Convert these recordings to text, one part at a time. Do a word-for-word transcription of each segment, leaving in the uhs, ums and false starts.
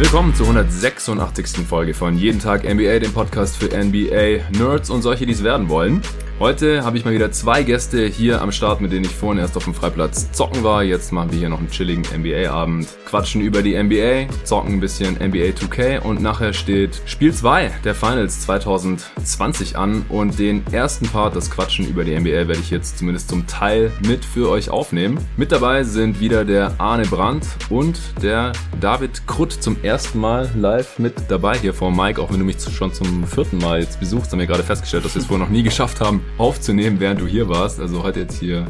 willkommen zur hundertsechsundachtzigsten Folge von Jeden Tag N B A, dem Podcast für N B A-Nerds und solche, die es werden wollen. Heute habe ich mal wieder zwei Gäste hier am Start, mit denen ich vorhin erst auf dem Freiplatz zocken war. Jetzt machen wir hier noch einen chilligen N B A-Abend, quatschen über die N B A, zocken ein bisschen N B A zwei K und nachher steht Spiel zwei der Finals zwanzig zwanzig an und den ersten Part, das Quatschen über die N B A, werde ich jetzt zumindest zum Teil mit für euch aufnehmen. Mit dabei sind wieder der Arne Brandt und der David Krutt zum ersten Mal live mit dabei hier vor Mike, auch wenn du mich schon zum vierten Mal jetzt besuchst, haben wir gerade festgestellt, dass wir es vorher noch nie geschafft haben, aufzunehmen, während du hier warst. Also heute jetzt hier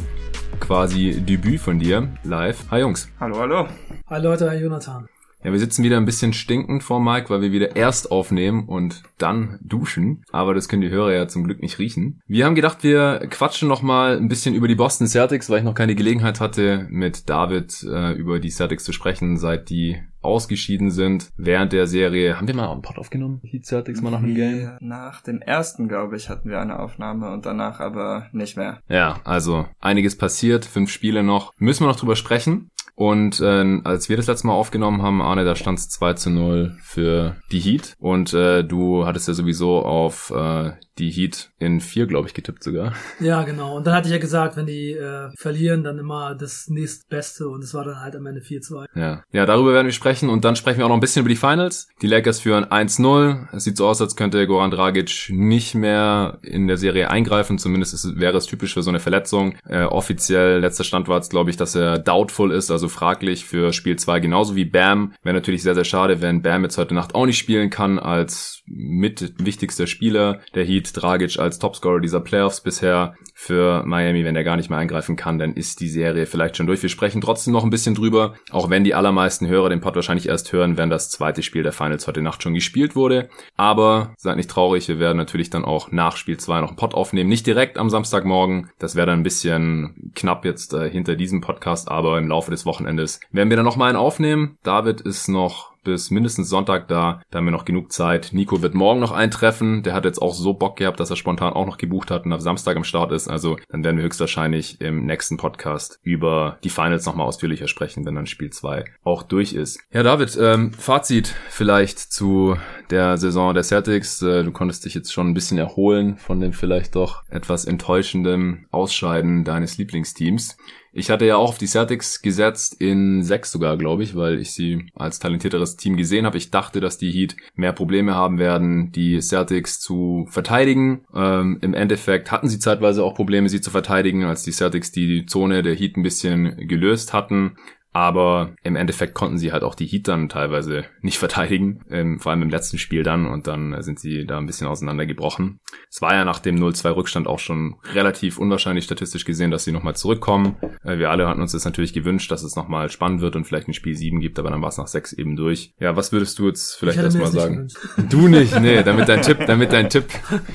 quasi Debüt von dir live. Hi Jungs. Hallo, hallo. Hi Leute, hi Jonathan. Ja, wir sitzen wieder ein bisschen stinkend vor Mike, weil wir wieder erst aufnehmen und dann duschen. Aber das können die Hörer ja zum Glück nicht riechen. Wir haben gedacht, wir quatschen nochmal ein bisschen über die Boston Celtics, weil ich noch keine Gelegenheit hatte, mit David äh, über die Celtics zu sprechen, seit die ausgeschieden sind während der Serie. Haben wir mal einen Pod aufgenommen? Die Celtics mal nach dem Game? Nach dem ersten, glaube ich, hatten wir eine Aufnahme und danach aber nicht mehr. Ja, also einiges passiert, fünf Spiele noch. Müssen wir noch drüber sprechen. Und äh, als wir das letzte Mal aufgenommen haben, Arne, da stand es zwei zu null für die Heat. Und äh, du hattest ja sowieso auf äh, die Heat in vier, glaube ich, getippt sogar. Ja, genau. Und dann hatte ich ja gesagt, wenn die äh, verlieren, dann immer das nächstbeste. Und es war dann halt am Ende vier zu eins. Ja. ja, darüber werden wir sprechen. Und dann sprechen wir auch noch ein bisschen über die Finals. Die Lakers führen eins null. Es sieht so aus, als könnte Goran Dragic nicht mehr in der Serie eingreifen. Zumindest ist, wäre es typisch für so eine Verletzung. Äh, offiziell, letzter Stand war es, glaube ich, dass er doubtful ist, also fraglich für Spiel zwei, genauso wie Bam. Wäre natürlich sehr, sehr schade, wenn Bam jetzt heute Nacht auch nicht spielen kann als mit wichtigster Spieler der Heat. Dragic als Topscorer dieser Playoffs bisher für Miami. Wenn er gar nicht mehr eingreifen kann, dann ist die Serie vielleicht schon durch. Wir sprechen trotzdem noch ein bisschen drüber, auch wenn die allermeisten Hörer den Pod wahrscheinlich erst hören, wenn das zweite Spiel der Finals heute Nacht schon gespielt wurde. Aber seid nicht traurig, wir werden natürlich dann auch nach Spiel zwei noch einen Pod aufnehmen. Nicht direkt am Samstagmorgen, das wäre dann ein bisschen knapp jetzt äh, hinter diesem Podcast, aber im Laufe des Wochenendes werden wir dann nochmal einen aufnehmen. David ist noch bis mindestens Sonntag da, da haben wir noch genug Zeit. Nico wird morgen noch eintreffen, der hat jetzt auch so Bock gehabt, dass er spontan auch noch gebucht hat und ab Samstag am Start ist, also dann werden wir höchstwahrscheinlich im nächsten Podcast über die Finals nochmal ausführlicher sprechen, wenn dann Spiel zwei auch durch ist. Ja, David, ähm, Fazit vielleicht zu der Saison der Celtics. Äh, du konntest dich jetzt schon ein bisschen erholen von dem vielleicht doch etwas enttäuschenden Ausscheiden deines Lieblingsteams. Ich hatte ja auch auf die Celtics gesetzt, in sechs sogar, glaube ich, weil ich sie als talentierteres Team gesehen habe. Ich dachte, dass die Heat mehr Probleme haben werden, die Celtics zu verteidigen. Ähm, im Endeffekt hatten sie zeitweise auch Probleme, sie zu verteidigen, als die Celtics die Zone der Heat ein bisschen gelöst hatten. Aber im Endeffekt konnten sie halt auch die Heat dann teilweise nicht verteidigen, ähm, vor allem im letzten Spiel dann, und dann sind sie da ein bisschen auseinandergebrochen. Es war ja nach dem null zwei Rückstand auch schon relativ unwahrscheinlich statistisch gesehen, dass sie nochmal zurückkommen. Äh, wir alle hatten uns das natürlich gewünscht, dass es nochmal spannend wird und vielleicht ein Spiel sieben gibt, aber dann war es nach sechs eben durch. Ja, was würdest du jetzt vielleicht erstmal sagen? Nicht du nicht, nee, damit dein Tipp, damit dein Tipp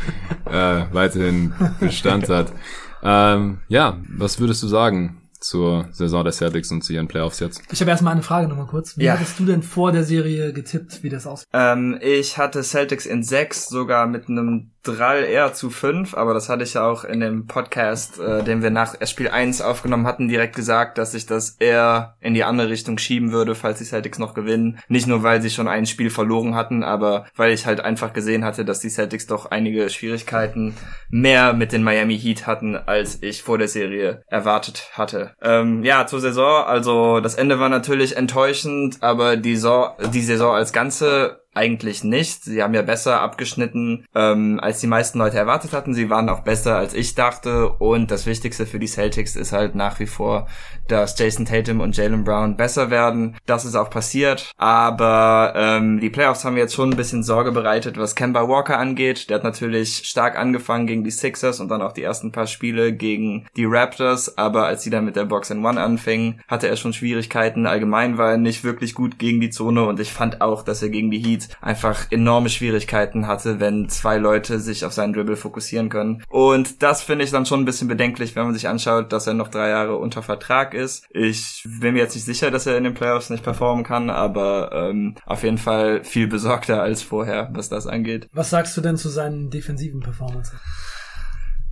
äh, weiterhin Bestand hat. Ähm, ja, was würdest du sagen zur Saison der Celtics und zu ihren Playoffs jetzt? Ich habe erstmal eine Frage nochmal kurz. Wie ja. hattest du denn vor der Serie getippt, wie das aussieht? Ähm, ich hatte Celtics in sechs, sogar mit einem Drall eher zu fünf, aber das hatte ich ja auch in dem Podcast, äh, den wir nach Spiel eins aufgenommen hatten, direkt gesagt, dass ich das eher in die andere Richtung schieben würde, falls die Celtics noch gewinnen. Nicht nur, weil sie schon ein Spiel verloren hatten, aber weil ich halt einfach gesehen hatte, dass die Celtics doch einige Schwierigkeiten mehr mit den Miami Heat hatten, als ich vor der Serie erwartet hatte. Ähm, ja, zur Saison, also das Ende war natürlich enttäuschend, aber die Saison, die Saison als Ganze eigentlich nicht. Sie haben ja besser abgeschnitten, ähm, als die meisten Leute erwartet hatten. Sie waren auch besser, als ich dachte. Und das Wichtigste für die Celtics ist halt nach wie vor, dass Jason Tatum und Jaylen Brown besser werden. Das ist auch passiert. Aber ähm, die Playoffs haben mir jetzt schon ein bisschen Sorge bereitet, was Kemba Walker angeht. Der hat natürlich stark angefangen gegen die Sixers und dann auch die ersten paar Spiele gegen die Raptors. Aber als sie dann mit der Box and One anfingen, hatte er schon Schwierigkeiten. Allgemein war er nicht wirklich gut gegen die Zone. Und ich fand auch, dass er gegen die Heat einfach enorme Schwierigkeiten hatte, wenn zwei Leute sich auf seinen Dribble fokussieren können. Und das finde ich dann schon ein bisschen bedenklich, wenn man sich anschaut, dass er noch drei Jahre unter Vertrag ist. Ich bin mir jetzt nicht sicher, dass er in den Playoffs nicht performen kann, aber ähm, auf jeden Fall viel besorgter als vorher, was das angeht. Was sagst du denn zu seinen defensiven Performances?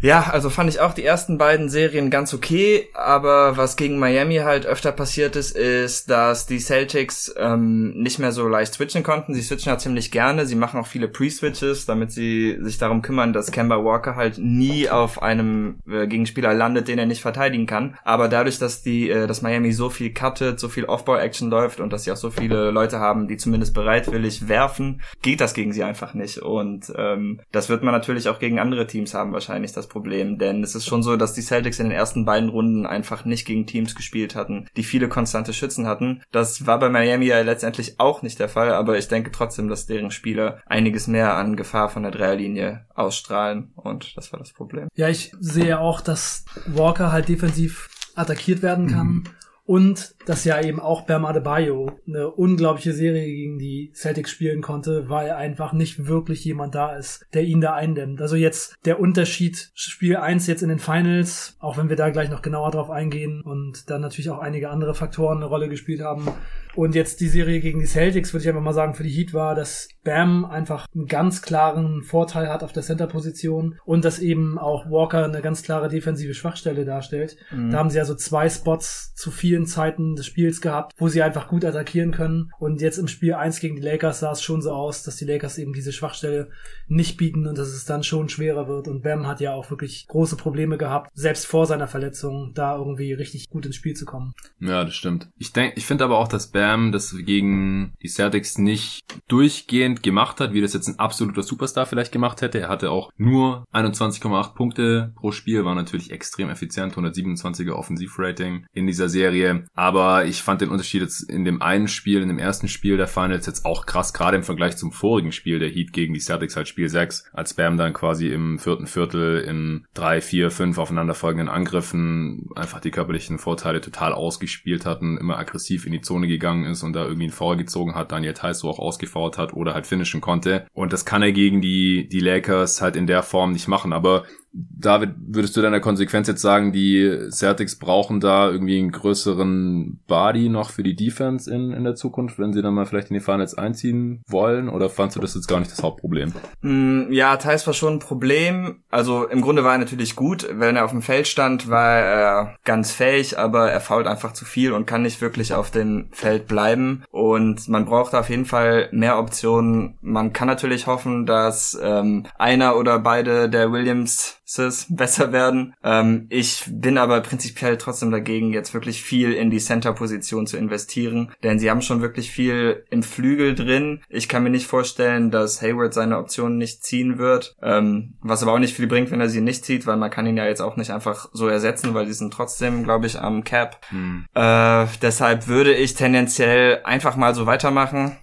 Ja, also fand ich auch die ersten beiden Serien ganz okay, aber was gegen Miami halt öfter passiert ist, ist, dass die Celtics ähm, nicht mehr so leicht switchen konnten. Sie switchen ja ziemlich gerne, sie machen auch viele Pre-Switches, damit sie sich darum kümmern, dass Kemba Walker halt nie auf einem äh, Gegenspieler landet, den er nicht verteidigen kann. Aber dadurch, dass die, äh, dass Miami so viel cuttet, so viel Off-Ball-Action läuft und dass sie auch so viele Leute haben, die zumindest bereitwillig werfen, geht das gegen sie einfach nicht. Und ähm, das wird man natürlich auch gegen andere Teams haben, wahrscheinlich das Problem, denn es ist schon so, dass die Celtics in den ersten beiden Runden einfach nicht gegen Teams gespielt hatten, die viele konstante Schützen hatten. Das war bei Miami ja letztendlich auch nicht der Fall, aber ich denke trotzdem, dass deren Spieler einiges mehr an Gefahr von der Dreierlinie ausstrahlen und das war das Problem. Ja, ich sehe auch, dass Walker halt defensiv attackiert werden kann. Mhm. Und dass ja eben auch Bam Adebayo eine unglaubliche Serie gegen die Celtics spielen konnte, weil einfach nicht wirklich jemand da ist, der ihn da eindämmt. Also jetzt der Unterschied Spiel eins jetzt in den Finals, auch wenn wir da gleich noch genauer drauf eingehen und dann natürlich auch einige andere Faktoren eine Rolle gespielt haben. Und jetzt die Serie gegen die Celtics, würde ich einfach mal sagen, für die Heat war, dass Bam einfach einen ganz klaren Vorteil hat auf der Center-Position und dass eben auch Walker eine ganz klare defensive Schwachstelle darstellt. Mhm. Da haben sie ja so zwei Spots zu vielen Zeiten des Spiels gehabt, wo sie einfach gut attackieren können. Und jetzt im Spiel eins gegen die Lakers sah es schon so aus, dass die Lakers eben diese Schwachstelle nicht bieten und dass es dann schon schwerer wird. Und Bam hat ja auch wirklich große Probleme gehabt, selbst vor seiner Verletzung da irgendwie richtig gut ins Spiel zu kommen. Ja, das stimmt. Ich denke, ich finde aber auch, dass Bam das gegen die Celtics nicht durchgehend gemacht hat, wie das jetzt ein absoluter Superstar vielleicht gemacht hätte. Er hatte auch nur einundzwanzig Komma acht Punkte pro Spiel, war natürlich extrem effizient, hundertsiebenundzwanziger Offensivrating in dieser Serie. Aber ich fand den Unterschied jetzt in dem einen Spiel, in dem ersten Spiel der Finals jetzt auch krass, gerade im Vergleich zum vorigen Spiel der Heat gegen die Celtics, halt Spiel sechs, als Bam dann quasi im vierten Viertel in drei, vier, fünf aufeinanderfolgenden Angriffen einfach die körperlichen Vorteile total ausgespielt hatten, immer aggressiv in die Zone gegangen ist und da irgendwie einen Foul gezogen hat, Daniel Theis so auch ausgefoult hat oder halt finishen konnte. Und das kann er gegen die die Lakers halt in der Form nicht machen. Aber David, würdest du dann der Konsequenz jetzt sagen, die Celtics brauchen da irgendwie einen größeren Body noch für die Defense in in der Zukunft, wenn sie dann mal vielleicht in die Finals einziehen wollen? Oder fandst du das jetzt gar nicht das Hauptproblem? Mm, ja, Theis war schon ein Problem. Also im Grunde war er natürlich gut. Wenn er auf dem Feld stand, war er ganz fähig, aber er foult einfach zu viel und kann nicht wirklich auf dem Feld bleiben. Und man braucht auf jeden Fall mehr Optionen. Man kann natürlich hoffen, dass ähm, einer oder beide der Williams besser werden. Ähm, ich bin aber prinzipiell trotzdem dagegen, jetzt wirklich viel in die Center-Position zu investieren, denn sie haben schon wirklich viel im Flügel drin. Ich kann mir nicht vorstellen, dass Hayward seine Optionen nicht ziehen wird, ähm, was aber auch nicht viel bringt, wenn er sie nicht zieht, weil man kann ihn ja jetzt auch nicht einfach so ersetzen, weil die sind trotzdem, glaube ich, am Cap. Hm. Äh, deshalb würde ich tendenziell einfach mal so weitermachen.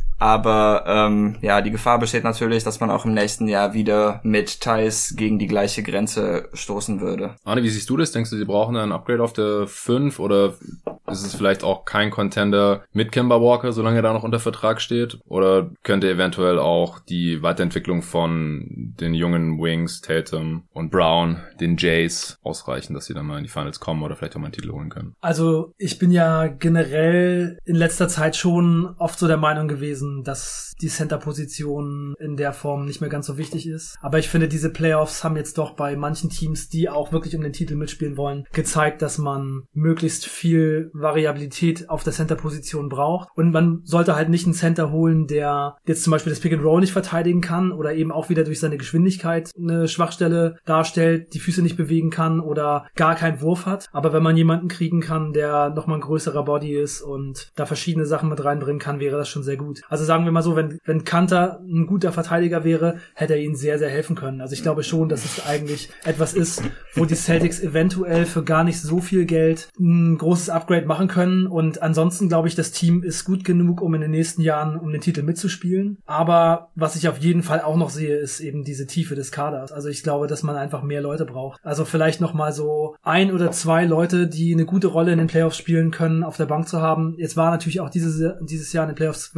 Aber ähm, ja, die Gefahr besteht natürlich, dass man auch im nächsten Jahr wieder mit Theis gegen die gleiche Grenze stoßen würde. Arne, wie siehst du das? Denkst du, sie brauchen ein Upgrade auf der fünf oder ist es vielleicht auch kein Contender mit Kemba Walker, solange er da noch unter Vertrag steht? Oder könnte eventuell auch die Weiterentwicklung von den jungen Wings, Tatum und Brown, den Jays, ausreichen, dass sie dann mal in die Finals kommen oder vielleicht auch mal einen Titel holen können? Also ich bin ja generell in letzter Zeit schon oft so der Meinung gewesen, dass die Center-Position in der Form nicht mehr ganz so wichtig ist. Aber ich finde, diese Playoffs haben jetzt doch bei manchen Teams, die auch wirklich um den Titel mitspielen wollen, gezeigt, dass man möglichst viel Variabilität auf der Center-Position braucht. Und man sollte halt nicht einen Center holen, der jetzt zum Beispiel das Pick-and-Roll nicht verteidigen kann oder eben auch wieder durch seine Geschwindigkeit eine Schwachstelle darstellt, die Füße nicht bewegen kann oder gar keinen Wurf hat. Aber wenn man jemanden kriegen kann, der nochmal ein größerer Body ist und da verschiedene Sachen mit reinbringen kann, wäre das schon sehr gut. Also sagen wir mal so, wenn wenn Kanter ein guter Verteidiger wäre, hätte er ihnen sehr, sehr helfen können. Also ich glaube schon, dass es eigentlich etwas ist, wo die Celtics eventuell für gar nicht so viel Geld ein großes Upgrade machen können. Und ansonsten glaube ich, das Team ist gut genug, um in den nächsten Jahren um den Titel mitzuspielen. Aber was ich auf jeden Fall auch noch sehe, ist eben diese Tiefe des Kaders. Also ich glaube, dass man einfach mehr Leute braucht. Also vielleicht noch mal so ein oder zwei Leute, die eine gute Rolle in den Playoffs spielen können, auf der Bank zu haben. Jetzt war natürlich auch dieses, dieses Jahr in den Playoffs wirklich das Problem,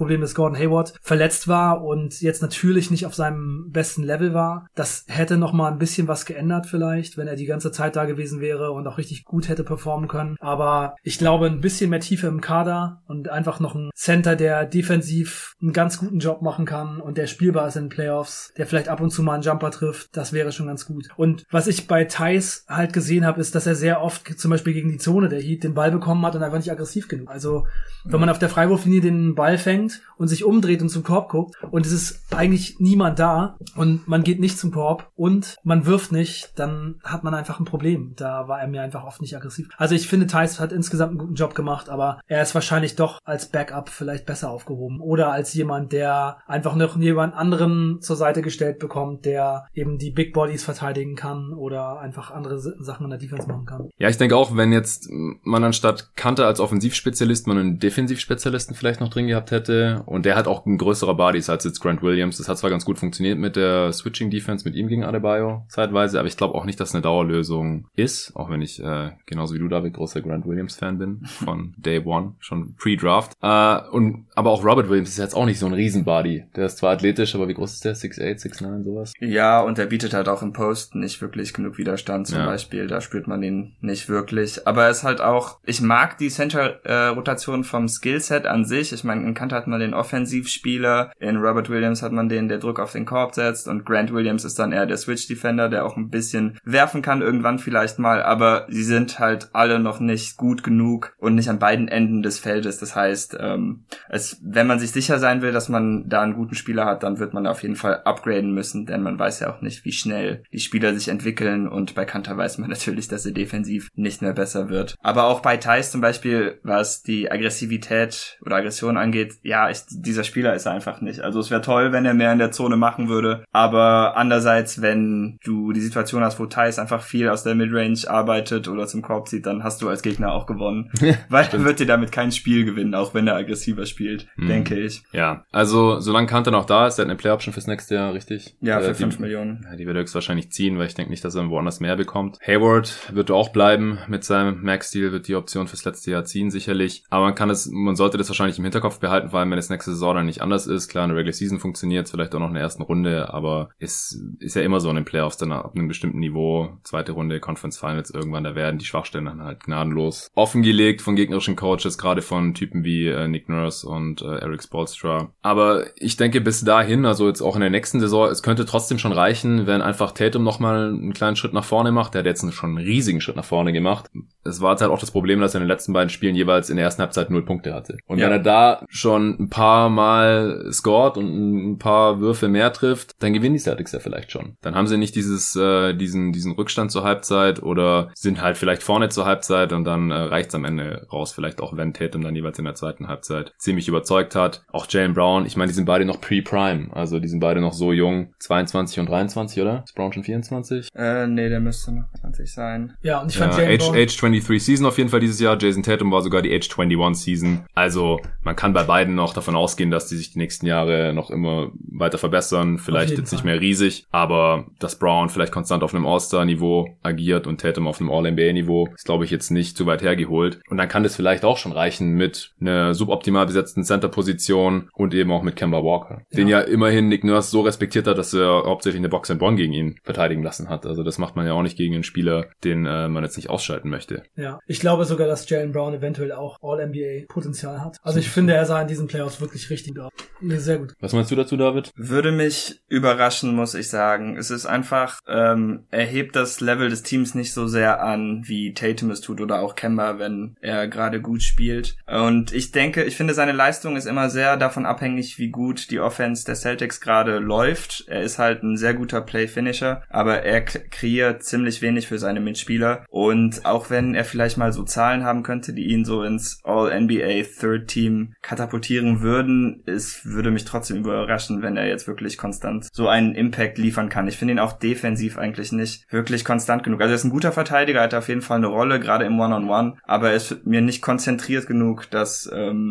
Problem, dass Gordon Hayward verletzt war und jetzt natürlich nicht auf seinem besten Level war. Das hätte noch mal ein bisschen was geändert vielleicht, wenn er die ganze Zeit da gewesen wäre und auch richtig gut hätte performen können. Aber ich glaube, ein bisschen mehr Tiefe im Kader und einfach noch ein Center, der defensiv einen ganz guten Job machen kann und der spielbar ist in den Playoffs, der vielleicht ab und zu mal einen Jumper trifft, das wäre schon ganz gut. Und was ich bei Theis halt gesehen habe, ist, dass er sehr oft zum Beispiel gegen die Zone der Heat den Ball bekommen hat und einfach nicht aggressiv genug. Also wenn man auf der Freiwurflinie den Ball fängt und sich umdreht und zum Korb guckt und es ist eigentlich niemand da und man geht nicht zum Korb und man wirft nicht, dann hat man einfach ein Problem. Da war er mir einfach oft nicht aggressiv. Also ich finde, Theis hat insgesamt einen guten Job gemacht, aber er ist wahrscheinlich doch als Backup vielleicht besser aufgehoben oder als jemand, der einfach noch jemand anderen zur Seite gestellt bekommt, der eben die Big Bodies verteidigen kann oder einfach andere Sachen in der Defense machen kann. Ja, ich denke auch, wenn jetzt man anstatt Kanter als Offensivspezialist man einen Defensivspezialisten vielleicht noch drin gehabt hätte und der hat auch ein größerer Body als jetzt Grant Williams. Das hat zwar ganz gut funktioniert mit der Switching-Defense mit ihm gegen Adebayo zeitweise, aber ich glaube auch nicht, dass es eine Dauerlösung ist, auch wenn ich äh, genauso wie du, David, großer Grant Williams-Fan bin, von Day One, schon Pre-Draft. Äh, und aber auch Robert Williams ist jetzt auch nicht so ein Riesenbody. Der ist zwar athletisch, aber wie groß ist der? six eight, six nine, sowas? Ja, und der bietet halt auch im Post nicht wirklich genug Widerstand zum ja. Beispiel. Da spürt man ihn nicht wirklich. Aber er ist halt auch, ich mag die Center-Rotation vom Skillset an sich. Ich meine, in Kanter hat man den Offensivspieler, in Robert Williams hat man den, der Druck auf den Korb setzt und Grant Williams ist dann eher der Switch-Defender, der auch ein bisschen werfen kann, irgendwann vielleicht mal, aber sie sind halt alle noch nicht gut genug und nicht an beiden Enden des Feldes. Das heißt, ähm, es, wenn man sich sicher sein will, dass man da einen guten Spieler hat, dann wird man auf jeden Fall upgraden müssen, denn man weiß ja auch nicht, wie schnell die Spieler sich entwickeln und bei Kanter weiß man natürlich, dass er defensiv nicht mehr besser wird. Aber auch bei Theis zum Beispiel, was die Aggressivität oder Aggression angeht, ja, ich, dieser Spieler ist er einfach nicht. Also es wäre toll, wenn er mehr in der Zone machen würde, aber andererseits, wenn du die Situation hast, wo Theis einfach viel aus der Midrange arbeitet oder zum Korb zieht, dann hast du als Gegner auch gewonnen. Weil er wird dir damit kein Spiel gewinnen, auch wenn er aggressiver spielt, hm. denke ich. Ja, also solange Kanter noch da ist, der hat eine Play-Option fürs nächste Jahr, richtig? Ja, für äh, fünf Millionen. Ja, die wird er höchstwahrscheinlich ziehen, weil ich denke nicht, dass er woanders mehr bekommt. Hayward wird auch bleiben mit seinem Max-Deal, wird die Option fürs letzte Jahr ziehen, sicherlich. Aber man kann es, man sollte das wahrscheinlich im Hinterkopf behalten, vor allem wenn es nächste Saison dann nicht anders ist. Klar, in der Regular Season funktioniert vielleicht auch noch in der ersten Runde, aber es ist ja immer so in den Playoffs dann ab einem bestimmten Niveau, zweite Runde, Conference Finals irgendwann, da werden die Schwachstellen dann halt gnadenlos offengelegt von gegnerischen Coaches, gerade von Typen wie äh, Nick Nurse und äh, Eric Spoelstra. Aber ich denke bis dahin, also jetzt auch in der nächsten Saison, es könnte trotzdem schon reichen, wenn einfach Tatum nochmal einen kleinen Schritt nach vorne macht. Der hat jetzt schon einen riesigen Schritt nach vorne gemacht. Es war jetzt halt auch das Problem, dass er in den letzten beiden Spielen jeweils in der ersten Halbzeit null Punkte hatte. Und ja. wenn er da schon ein paar Mal scored und ein paar Würfe mehr trifft, dann gewinnen die Celtics ja vielleicht schon. Dann haben sie nicht dieses äh, diesen diesen Rückstand zur Halbzeit oder sind halt vielleicht vorne zur Halbzeit und dann äh, reicht's am Ende raus. Vielleicht auch, wenn Tatum dann jeweils in der zweiten Halbzeit ziemlich überzeugt hat. Auch Jaylen Brown, ich meine, die sind beide noch pre-prime. Also die sind beide noch so jung. zweiundzwanzig und dreiundzwanzig, oder? Ist Brown schon vierundzwanzig? Äh, nee, der müsste noch zwanzig sein. Ja, und ich fand ja, Jaylen Age, Brown... Age dreiundzwanzig Season auf jeden Fall dieses Jahr. Jason Tatum war sogar die Age einundzwanzig Season. Also man kann bei beiden noch davon ausgehen, dass die sich die nächsten Jahre noch immer weiter verbessern. Vielleicht jetzt Fall. nicht mehr riesig, aber dass Brown vielleicht konstant auf einem All-Star-Niveau agiert und Tatum auf einem All-N B A-Niveau, ist, glaube ich, jetzt nicht zu weit hergeholt. Und dann kann das vielleicht auch schon reichen mit einer suboptimal besetzten Center-Position und eben auch mit Kemba Walker, ja. den ja immerhin Nick Nurse so respektiert hat, dass er hauptsächlich eine Box and One gegen ihn verteidigen lassen hat. Also das macht man ja auch nicht gegen einen Spieler, den äh, man jetzt nicht ausschalten möchte. Ja, ich glaube sogar, dass Jaylen Brown eventuell auch All-N B A-Potenzial hat. Also ich finde, er sah in diesen Playoffs wirklich richtig aus. Nee, sehr gut. Was meinst du dazu, David? Würde mich überraschen, muss ich sagen. Es ist einfach, ähm, er hebt das Level des Teams nicht so sehr an, wie Tatum es tut oder auch Kemba, wenn er gerade gut spielt. Und ich denke, ich finde, seine Leistung ist immer sehr davon abhängig, wie gut die Offense der Celtics gerade läuft. Er ist halt ein sehr guter Play-Finisher, aber er k- kreiert ziemlich wenig für seine Mitspieler. Und auch wenn er vielleicht mal so Zahlen haben könnte, die ihn so ins All-N B A Third Team katapultieren würden, es würde mich trotzdem überraschen, wenn er jetzt wirklich konstant so einen Impact liefern kann. Ich finde ihn auch defensiv eigentlich nicht wirklich konstant genug. Also er ist ein guter Verteidiger, hat auf jeden Fall eine Rolle, gerade im One-on-One, aber er ist mir nicht konzentriert genug, dass ähm,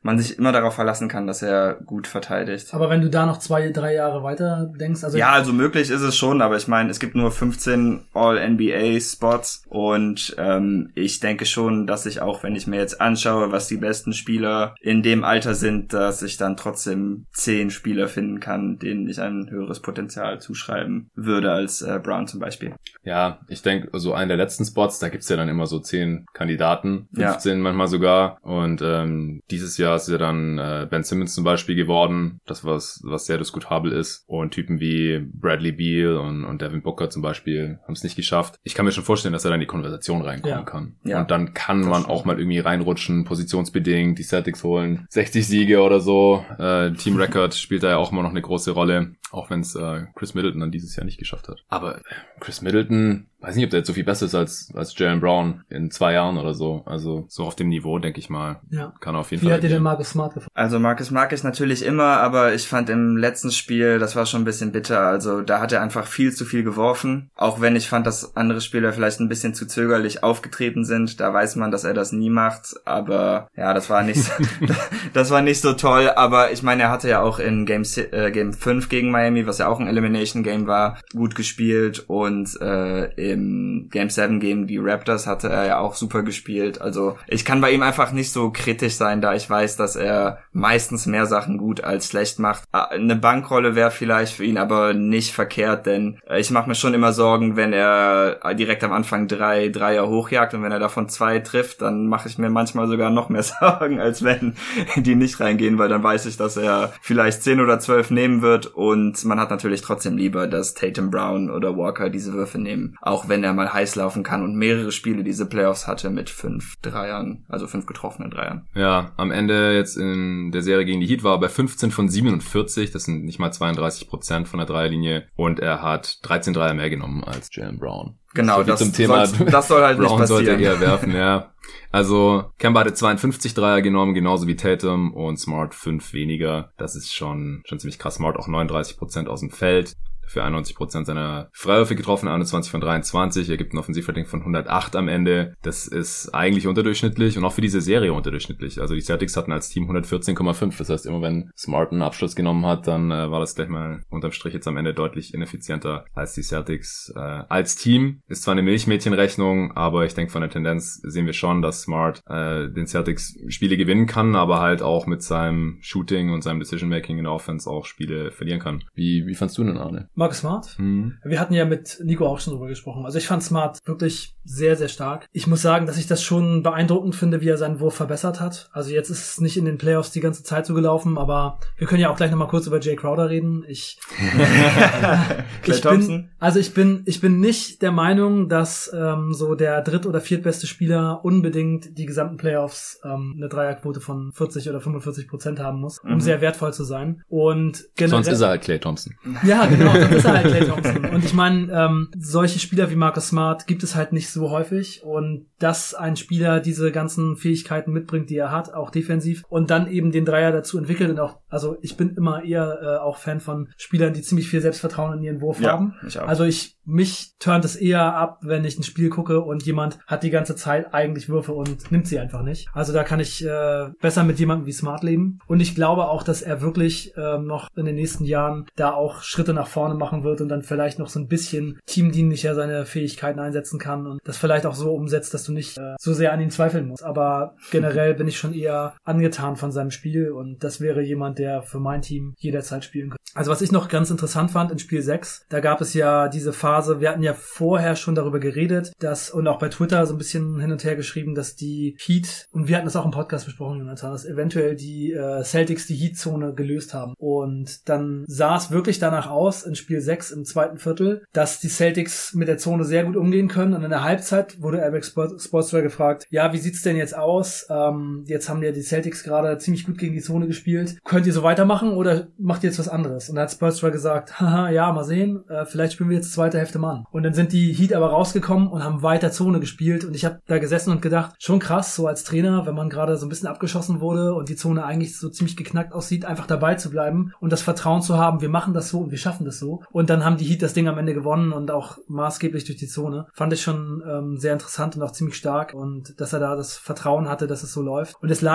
man sich immer darauf verlassen kann, dass er gut verteidigt. Aber wenn du da noch zwei, drei Jahre weiter denkst, also... Ja, also möglich ist es schon, aber ich meine, es gibt nur fünfzehn All-N B A-Spots und ähm, ich denke schon, dass ich auch, wenn ich mir jetzt anschaue, was die besten Spieler in dem Alter sind, dass ich dann trotzdem zehn Spieler finden kann, denen ich ein höheres Potenzial zuschreiben würde als äh, Brown zum Beispiel. Ja, ich denke, so also einen der letzten Spots, da gibt's ja dann immer so zehn Kandidaten, fünfzehn ja. manchmal sogar. Und ähm, dieses Jahr ist ja dann äh, Ben Simmons zum Beispiel geworden, das was was sehr diskutabel ist. Und Typen wie Bradley Beal und, und Devin Booker zum Beispiel haben es nicht geschafft. Ich kann mir schon vorstellen, dass er dann in die Konversation reinkommen ja. kann. Ja. Und dann kann das man stimmt. auch mal irgendwie reinrutschen, positionsbedingt. Die Celtics holen sechzig Siege oder so. Äh, Team Record spielt da ja auch immer noch eine große Rolle. Auch wenn es äh, Chris Middleton dann dieses Jahr nicht geschafft hat. Aber Chris Middleton, weiß nicht, ob der jetzt so viel besser ist als als Jaylen Brown in zwei Jahren oder so. Also so auf dem Niveau, denke ich mal, ja. kann er auf jeden Wie Fall. Wie hat dir denn Marcus Smart gefallen? Also Marcus mag ich natürlich immer, aber ich fand im letzten Spiel, das war schon ein bisschen bitter. Also da hat er einfach viel zu viel geworfen. Auch wenn ich fand, dass andere Spieler vielleicht ein bisschen zu zögerlich aufgetreten sind. Da weiß man, dass er das nie macht. Aber ja, das war nicht so, das war nicht so toll. Aber ich meine, er hatte ja auch in Game äh, Game fünf gegen Miami, was ja auch ein Elimination Game war, gut gespielt. Und äh, im Game sieben gegen die Raptors hatte er ja auch super gespielt. Also ich kann bei ihm einfach nicht so kritisch sein, da ich weiß, dass er meistens mehr Sachen gut als schlecht macht. Eine Bankrolle wäre vielleicht für ihn aber nicht verkehrt, denn ich mache mir schon immer Sorgen, wenn er direkt am Anfang drei Dreier hochjagt und wenn er davon zwei trifft, dann mache ich mir manchmal sogar noch mehr Sorgen, als wenn die nicht reingehen, weil dann weiß ich, dass er vielleicht zehn oder zwölf nehmen wird und man hat natürlich trotzdem lieber, dass Tatum, Brown oder Walker diese Würfe nehmen, auch wenn er mal heiß laufen kann und mehrere Spiele diese Playoffs hatte mit fünf Dreiern, also fünf getroffenen Dreiern. Ja, am Ende jetzt in der Serie gegen die Heat war er bei fünfzehn von siebenundvierzig, das sind nicht mal zweiunddreißig Prozent von der Dreierlinie und er hat dreizehn Dreier mehr genommen als Jaylen Brown. Genau, so das, zum Thema, das soll halt Brown nicht passieren. Sollte eher werfen, ja. Also Kemba hatte zweiundfünfzig Dreier genommen, genauso wie Tatum und Smart fünf weniger. Das ist schon schon ziemlich krass. Smart auch neununddreißig Prozent aus dem Feld. Für einundneunzig Prozent seiner Freiwürfe getroffen, einundzwanzig von dreiundzwanzig, ergibt ein Offensivrating von hundertacht am Ende. Das ist eigentlich unterdurchschnittlich und auch für diese Serie unterdurchschnittlich. Also die Celtics hatten als Team hundertvierzehn Komma fünf, das heißt immer wenn Smart einen Abschluss genommen hat, dann äh, war das gleich mal unterm Strich jetzt am Ende deutlich ineffizienter als die Celtics äh, als Team. Ist zwar eine Milchmädchenrechnung, aber ich denke von der Tendenz sehen wir schon, dass Smart äh, den Celtics Spiele gewinnen kann, aber halt auch mit seinem Shooting und seinem Decision-Making in der Offense auch Spiele verlieren kann. Wie, wie fandst du denn, Arne? Marcus Smart? Mhm. Wir hatten ja mit Nico auch schon drüber gesprochen. Also ich fand Smart wirklich sehr, sehr stark. Ich muss sagen, dass ich das schon beeindruckend finde, wie er seinen Wurf verbessert hat. Also jetzt ist es nicht in den Playoffs die ganze Zeit so gelaufen, aber wir können ja auch gleich nochmal kurz über Jay Crowder reden. Ich, ich bin, also ich bin, ich bin nicht der Meinung, dass ähm, so der dritt- oder viertbeste Spieler unbedingt die gesamten Playoffs ähm, eine Dreierquote von vierzig oder fünfundvierzig Prozent haben muss, um mhm. sehr wertvoll zu sein. Und generell, sonst ist er halt Klay Thompson. Ja, genau, sonst ist er halt Klay Thompson. Und ich meine, ähm, solche Spieler wie Marcus Smart gibt es halt nicht so häufig. Und dass ein Spieler diese ganzen Fähigkeiten mitbringt, die er hat, auch defensiv, und dann eben den Dreier dazu entwickelt und auch, also ich bin immer eher äh, auch Fan von Spielern, die ziemlich viel Selbstvertrauen in ihren Wurf ja, haben. Ich auch. Also ich, mich turnt es eher ab, wenn ich ein Spiel gucke und jemand hat die ganze Zeit eigentlich Würfe und nimmt sie einfach nicht. Also da kann ich äh, besser mit jemandem wie Smart leben. Und ich glaube auch, dass er wirklich äh, noch in den nächsten Jahren da auch Schritte nach vorne machen wird und dann vielleicht noch so ein bisschen teamdienlicher seine Fähigkeiten einsetzen kann und das vielleicht auch so umsetzt, dass du nicht äh, so sehr an ihn zweifeln musst. Aber generell bin ich schon eher angetan von seinem Spiel und das wäre jemand, der für mein Team jederzeit spielen könnte. Also was ich noch ganz interessant fand in Spiel sechs, da gab es ja diese Phase, wir hatten ja vorher schon darüber geredet, dass, und auch bei Twitter so ein bisschen hin und her geschrieben, dass die Heat, und wir hatten das auch im Podcast besprochen, Jonathan, dass eventuell die äh, Celtics die Heat-Zone gelöst haben. Und dann sah es wirklich danach aus, in Spiel sechs im zweiten Viertel, dass die Celtics mit der Zone sehr gut umgehen können. Und in der Halbzeit wurde Eric Spoelstra gefragt, ja, wie sieht's denn jetzt aus? Ähm, jetzt haben ja die Celtics gerade ziemlich gut gegen die Zone gespielt. Könnt ihr so weitermachen oder macht ihr jetzt was anderes? Und da hat Spoelstra gesagt, haha, ja, mal sehen, äh, vielleicht spielen wir jetzt zweite Hälfte Mann. Und dann sind die Heat aber rausgekommen und haben weiter Zone gespielt. Und ich habe da gesessen und gedacht, schon krass, so als Trainer, wenn man gerade so ein bisschen abgeschossen wurde und die Zone eigentlich so ziemlich geknackt aussieht, einfach dabei zu bleiben und das Vertrauen zu haben, wir machen das so und wir schaffen das so. Und dann haben die Heat das Ding am Ende gewonnen und auch maßgeblich durch die Zone. Fand ich schon ähm, sehr interessant und auch ziemlich stark und dass er da das Vertrauen hatte, dass es so läuft. Und es lag halt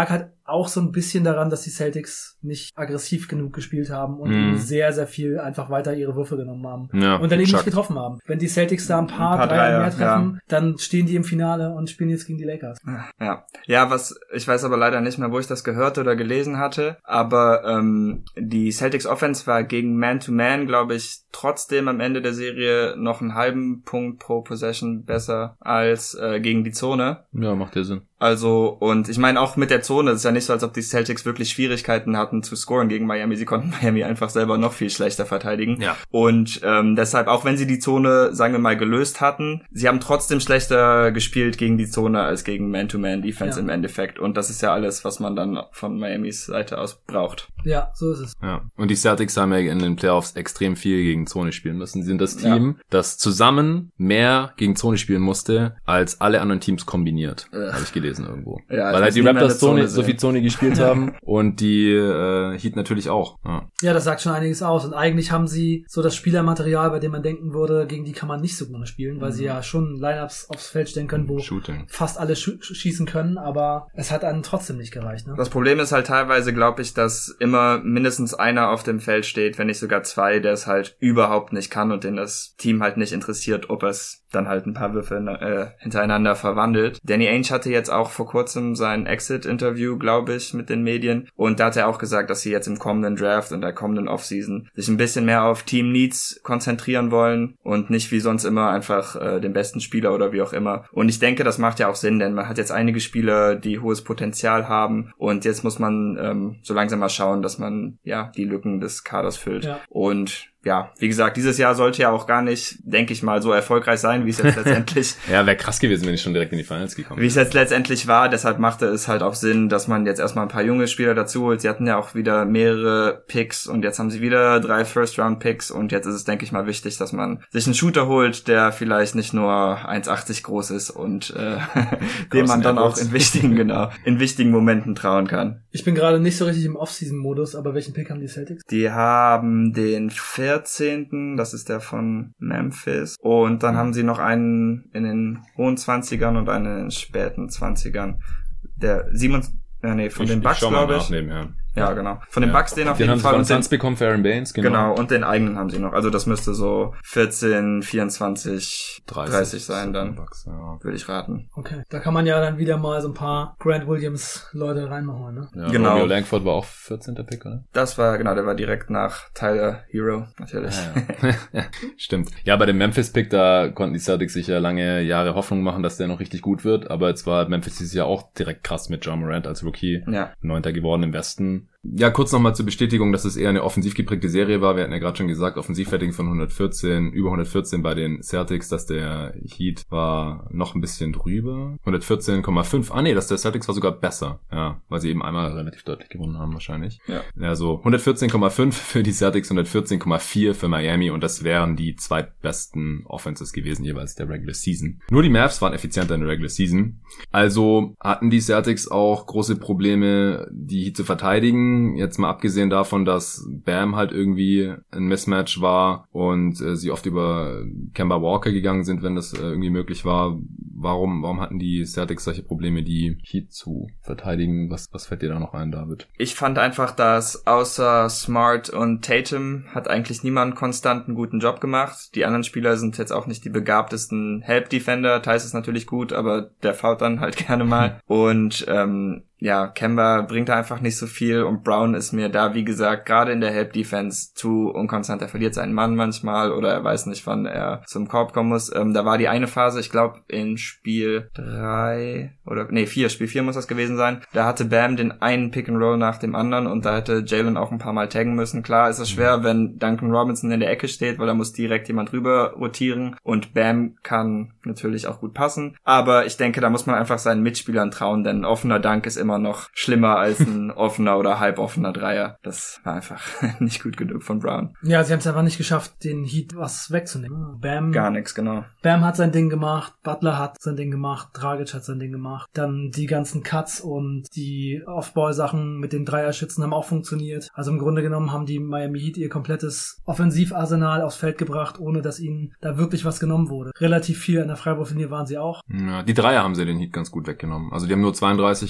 auch so ein bisschen daran, dass die Celtics nicht aggressiv genug gespielt haben und Mhm. sehr, sehr viel einfach weiter ihre Würfe genommen haben. Ja, und dann eben Chuck. nicht getroffen haben. Wenn die Celtics da ein paar, Ein paar Dreier Dreier, mehr treffen, dann stehen die im Finale und spielen jetzt gegen die Lakers. Ja, ja, was ich weiß aber leider nicht mehr, wo ich das gehört oder gelesen hatte, aber ähm, die Celtics Offense war gegen Man-to-Man, glaube ich, trotzdem am Ende der Serie noch einen halben Punkt pro Possession besser als äh, gegen die Zone. Ja, macht ja Sinn. Also, und ich meine auch mit der Zone, es ist ja nicht so, als ob die Celtics wirklich Schwierigkeiten hatten zu scoren gegen Miami. Sie konnten Miami einfach selber noch viel schlechter verteidigen. Ja. Und ähm, deshalb, auch wenn sie die Zone, sagen wir mal, gelöst hatten, sie haben trotzdem schlechter gespielt gegen die Zone als gegen Man-to-Man-Defense Ja. im Endeffekt. Und das ist ja alles, was man dann von Miamis Seite aus braucht. Ja, so ist es. Ja. Und die Celtics haben ja in den Playoffs extrem viel gegen Zone spielen müssen. Sie sind das Team, das zusammen mehr gegen Zone spielen musste, als alle anderen Teams kombiniert. Äh. Habe ich gelesen irgendwo. Ja, Weil halt die nie mehr Raptors eine Zone Zone, so sehen. viel Zone gespielt haben und die äh, Heat natürlich auch. Ja. Ja, das sagt schon einiges aus. Und eigentlich haben sie so das Spielermaterial, bei dem man denken würde, gegen die kann man nicht so gut spielen, weil Mhm. sie ja schon Lineups aufs Feld stellen können, wo Shooting. fast alle sch- schießen können, aber es hat einem trotzdem nicht gereicht. Ne? Das Problem ist halt teilweise, glaube ich, dass immer mindestens einer auf dem Feld steht, wenn nicht sogar zwei, der es halt überhaupt nicht kann und den das Team halt nicht interessiert, ob es dann halt ein paar Würfe äh, hintereinander verwandelt. Danny Ainge hatte jetzt auch vor kurzem sein Exit-Interview, glaube ich, mit den Medien, und da hat er auch gesagt, dass sie jetzt im kommenden Draft und der kommenden Offseason sich ein bisschen mehr auf Team-Needs konzentrieren wollen und nicht wie sonst immer einfach äh, den besten Spieler oder wie auch immer. Und ich denke, das macht ja auch Sinn, denn man hat jetzt einige Spieler, die hohes Potenzial haben, und jetzt muss man ähm, so langsam mal schauen, dass man ja die Lücken des Kaders füllt. Ja. Und ja, wie gesagt, dieses Jahr sollte ja auch gar nicht, denke ich mal, so erfolgreich sein, wie es jetzt letztendlich Ja, wäre krass gewesen, wenn ich schon direkt in die Finals gekommen wie es jetzt letztendlich war. Deshalb machte es halt auch Sinn, dass man jetzt erstmal ein paar junge Spieler dazu holt. Sie hatten ja auch wieder mehrere Picks und jetzt haben sie wieder drei First-Round-Picks, und jetzt ist es, denke ich mal, wichtig, dass man sich einen Shooter holt, der vielleicht nicht nur eins achtzig groß ist und äh, dem man dann auch in wichtigen, genau, in wichtigen Momenten trauen kann. Ich bin gerade nicht so richtig im Off-Season-Modus, aber welchen Pick haben die Celtics? Die haben den vierzehnten, das ist der von Memphis. Und dann haben sie noch einen in den hohen zwanzigern und einen in den späten zwanzigern. Der siebenundzwanzig, ja, nee, von ich, den Bucks, ich schau mal glaube nach ich. nebenher. Ja, genau. Von den Ja. Bucks den auf Den jeden haben sie Fall. von Und den, Suns bekommen, für Aaron Baines, genau. genau, und den eigenen haben sie noch. Also das müsste so vierzehn, vierundzwanzig, dreißig sein dann, Bucks, ja. würde ich raten. Okay. Da kann man ja dann wieder mal so ein paar Grant Williams-Leute reinmachen, ne? Ja, Genau. Romeo Langford war auch vierzehnter Pick, oder? Das war, genau, der war direkt nach Tyler Hero, natürlich. Ja, ja. Stimmt. Ja, bei dem Memphis-Pick, da konnten die Celtics sich ja lange Jahre Hoffnung machen, dass der noch richtig gut wird, aber jetzt war Memphis dieses Jahr auch direkt krass mit Ja Morant als Rookie. Ja. Neunter geworden im Westen. Ja, kurz nochmal zur Bestätigung, dass es eher eine offensiv geprägte Serie war. Wir hatten ja gerade schon gesagt, Offensivrating von hundertvierzehn, über hundertvierzehn bei den Celtics, dass der Heat war noch ein bisschen drüber. hundertvierzehn Komma fünf. Ah nee, dass der Celtics war sogar besser. Ja, weil sie eben einmal relativ deutlich gewonnen haben wahrscheinlich. Ja. Also hundertvierzehn Komma fünf für die Celtics, hundertvierzehn Komma vier für Miami, und das wären die zweitbesten Offenses gewesen jeweils der Regular Season. Nur die Mavs waren effizienter in der Regular Season. Also hatten die Celtics auch große Probleme, die Heat zu verteidigen. Jetzt mal abgesehen davon, dass Bam halt irgendwie ein Mismatch war und äh, sie oft über Kemba Walker gegangen sind, wenn das äh, irgendwie möglich war. Warum, warum hatten die Celtics solche Probleme, die Heat zu verteidigen? Was, was fällt dir da noch ein, David? Ich fand einfach, dass außer Smart und Tatum hat eigentlich niemand konstant einen guten Job gemacht. Die anderen Spieler sind jetzt auch nicht die begabtesten Help-Defender. Thais ist natürlich gut, aber der fault dann halt gerne mal. Und ähm, ja, Kemba bringt da einfach nicht so viel, und Brown ist mir da, wie gesagt, gerade in der Help-Defense zu unkonstant. Er verliert seinen Mann manchmal oder er weiß nicht, wann er zum Korb kommen muss. Ähm, da war die eine Phase, ich glaube in Spiel drei oder nee, vier, Spiel vier muss das gewesen sein. Da hatte Bam den einen Pick-and-Roll nach dem anderen und da hätte Jalen auch ein paar Mal taggen müssen. Klar ist es schwer, wenn Duncan Robinson in der Ecke steht, weil da muss direkt jemand rüber rotieren, und Bam kann natürlich auch gut passen. Aber ich denke, da muss man einfach seinen Mitspielern trauen, denn ein offener Dunk ist immer noch schlimmer als ein offener oder halboffener Dreier. Das war einfach nicht gut genug von Brown. Ja, sie haben es einfach nicht geschafft, den Heat was wegzunehmen. Bam, Gar nichts, genau. Bam hat sein Ding gemacht, Butler hat sein Ding gemacht, Dragic hat sein Ding gemacht. Dann die ganzen Cuts und die Off-Ball-Sachen mit den Dreierschützen haben auch funktioniert. Also im Grunde genommen haben die Miami Heat ihr komplettes Offensivarsenal aufs Feld gebracht, ohne dass ihnen da wirklich was genommen wurde. Relativ viel an der Freiwurflinie waren sie auch. Ja, die Dreier haben sie den Heat ganz gut weggenommen. Also die haben nur zweiunddreißig Prozent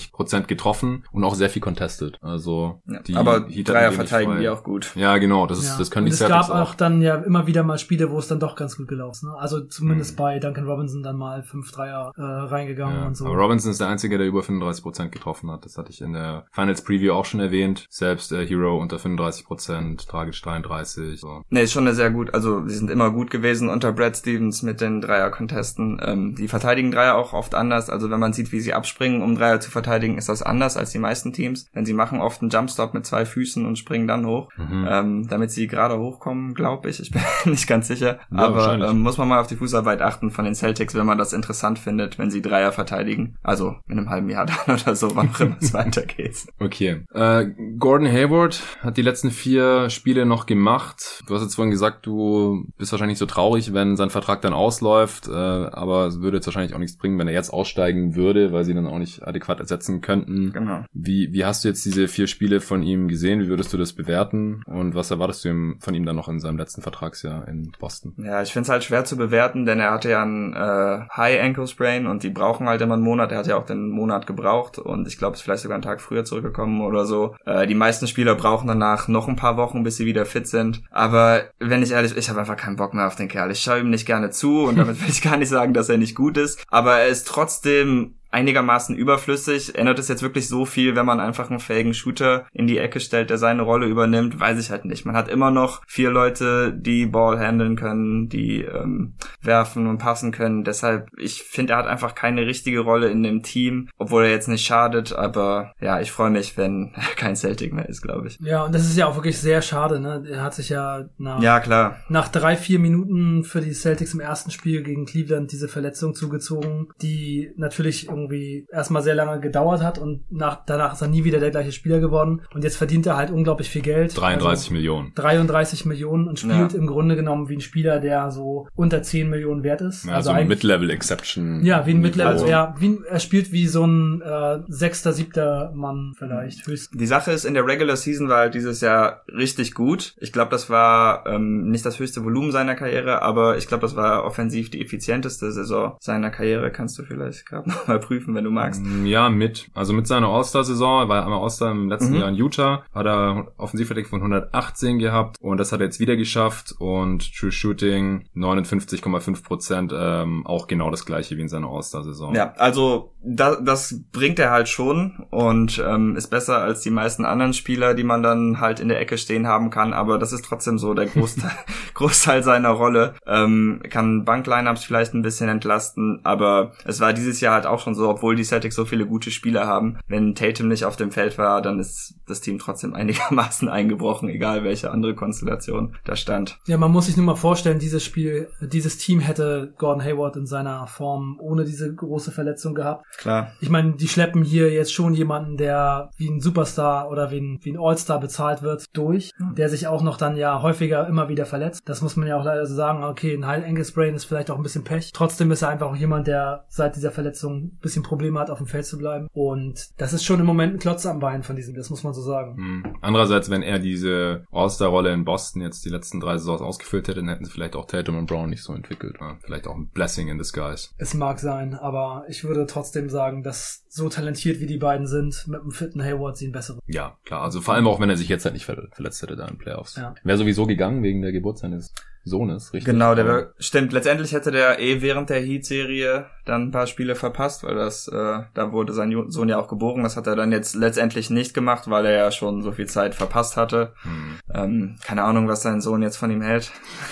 Prozent getroffen und auch sehr viel contested. Also ja, die aber Heat Dreier verteidigen die auch gut. Ja, genau, das ist ja. das können und die es Celtics gab auch dann ja immer wieder mal Spiele, wo es dann doch ganz gut gelaufen ist. Ne? Also zumindest mhm. bei Duncan Robinson dann mal fünf Dreier äh, reingegangen ja. und so. Aber Robinson ist der Einzige, der über fünfunddreißig Prozent getroffen hat. Das hatte ich in der Finals Preview auch schon erwähnt. Selbst äh, Hero unter fünfunddreißig Prozent, Dragic dreiunddreißig. So. Nee, ist schon eine sehr gut, also sie sind immer gut gewesen unter Brad Stevens mit den Dreier-Contesten. Ähm, die verteidigen Dreier auch oft anders. Also wenn man sieht, wie sie abspringen, um Dreier zu verteidigen, ist das anders als die meisten Teams. Denn sie machen oft einen Jumpstop mit zwei Füßen und springen dann hoch, mhm. ähm, damit sie gerade hochkommen, glaube ich. Ich bin nicht ganz sicher. Ja, aber ähm, muss man mal auf die Fußarbeit achten von den Celtics, wenn man das interessant findet, wenn sie Dreier verteidigen. Also in einem halben Jahr dann oder so, wann auch immer es weitergeht. Okay. Äh, Gordon Hayward hat die letzten vier Spiele noch gemacht. Du hast jetzt vorhin gesagt, du bist wahrscheinlich so traurig, wenn sein Vertrag dann ausläuft, äh, aber es würde jetzt wahrscheinlich auch nichts bringen, wenn er jetzt aussteigen würde, weil sie dann auch nicht adäquat ersetzen könnten. Genau. Wie, wie hast du jetzt diese vier Spiele von ihm gesehen? Wie würdest du das bewerten? Und was erwartest du ihm, von ihm dann noch in seinem letzten Vertragsjahr in Boston? Ja, ich finde es halt schwer zu bewerten, denn er hatte ja einen äh, High Ankle Sprain und die brauchen halt immer einen Monat. Er hat ja auch den Monat gebraucht und ich glaube, es ist vielleicht sogar einen Tag früher zurückgekommen oder so. Äh, die meisten Spieler brauchen danach noch ein paar Wochen, bis sie wieder fit sind. Aber wenn ich ehrlich, ich habe einfach keinen Bock mehr auf den Kerl. Ich schaue ihm nicht gerne zu und damit will ich gar nicht sagen, dass er nicht gut ist. Aber er ist trotzdem einigermaßen überflüssig. Ändert es jetzt wirklich so viel, wenn man einfach einen fähigen Shooter in die Ecke stellt, der seine Rolle übernimmt? Weiß ich halt nicht. Man hat immer noch vier Leute, die Ball handeln können, die ähm, werfen und passen können. Deshalb, ich finde, er hat einfach keine richtige Rolle in dem Team, obwohl er jetzt nicht schadet. Aber ja, ich freue mich, wenn er kein Celtic mehr ist, glaube ich. Ja, und das ist ja auch wirklich sehr schade. Ne? Er hat sich ja nach, ja, klar. nach drei, vier Minuten für die Celtics im ersten Spiel gegen Cleveland diese Verletzung zugezogen, die natürlich irgendwie erstmal sehr lange gedauert hat und nach, danach ist er nie wieder der gleiche Spieler geworden und jetzt verdient er halt unglaublich viel Geld. dreiunddreißig also Millionen. dreiunddreißig Millionen und spielt ja. im Grunde genommen wie ein Spieler, der so unter zehn Millionen wert ist. Ja, also so ein Mid-Level-Exception. Ja, wie ein Mid-Level, also, ja, wie, er spielt wie so ein äh, sechster, siebter Mann vielleicht höchstens. Die Sache ist, in der Regular Season war er dieses Jahr richtig gut. Ich glaube, das war ähm, nicht das höchste Volumen seiner Karriere, aber ich glaube, das war offensiv die effizienteste Saison seiner Karriere. Kannst du vielleicht gerade noch mal prüfen, wenn du magst. Ja, mit. Also mit seiner All-Star-Saison, er war einmal All-Star im letzten mhm. Jahr in Utah, hat er Offensivrating von hundertachtzehn gehabt und das hat er jetzt wieder geschafft und True Shooting neunundfünfzig Komma fünf Prozent, ähm, auch genau das gleiche wie in seiner All-Star-Saison. Ja, also da, das bringt er halt schon und ähm, ist besser als die meisten anderen Spieler, die man dann halt in der Ecke stehen haben kann, aber das ist trotzdem so der Großteil, Großteil seiner Rolle. Ähm, kann Bank-Lineups vielleicht ein bisschen entlasten, aber es war dieses Jahr halt auch schon so, obwohl die Celtics so viele gute Spieler haben. Wenn Tatum nicht auf dem Feld war, dann ist das Team trotzdem einigermaßen eingebrochen, egal welche andere Konstellation da stand. Ja, man muss sich nur mal vorstellen, dieses Spiel, dieses Team hätte Gordon Hayward in seiner Form ohne diese große Verletzung gehabt. Klar. Ich meine, die schleppen hier jetzt schon jemanden, der wie ein Superstar oder wie ein, wie ein All-Star bezahlt wird, durch, mhm. der sich auch noch dann ja häufiger immer wieder verletzt. Das muss man ja auch leider so sagen. Okay, ein High Ankle Sprain ist vielleicht auch ein bisschen Pech. Trotzdem ist er einfach auch jemand, der seit dieser Verletzung ein bisschen Probleme hat, auf dem Feld zu bleiben. Und das ist schon im Moment ein Klotz am Bein von diesem, das muss man so sagen. Mhm. Andererseits, wenn er diese All-Star-Rolle in Boston jetzt die letzten drei Saisons ausgefüllt hätte, dann hätten sie vielleicht auch Tatum und Brown nicht so entwickelt. Ja, vielleicht auch ein Blessing in disguise. Es mag sein, aber ich würde trotzdem sagen, dass so talentiert wie die beiden sind, mit einem fitten Hayward sie einen besseren. Ja, klar. Also vor allem auch, wenn er sich jetzt halt nicht verletzt hätte da in den Playoffs. Ja. Wäre sowieso gegangen wegen der Geburt seines Sohnes, richtig? Genau, der war, stimmt. Letztendlich hätte der eh während der Heat-Serie dann ein paar Spiele verpasst, weil das, äh, da wurde sein Sohn ja auch geboren. Das hat er dann jetzt letztendlich nicht gemacht, weil er ja schon so viel Zeit verpasst hatte. Hm. Ähm, keine Ahnung, was sein Sohn jetzt von ihm hält.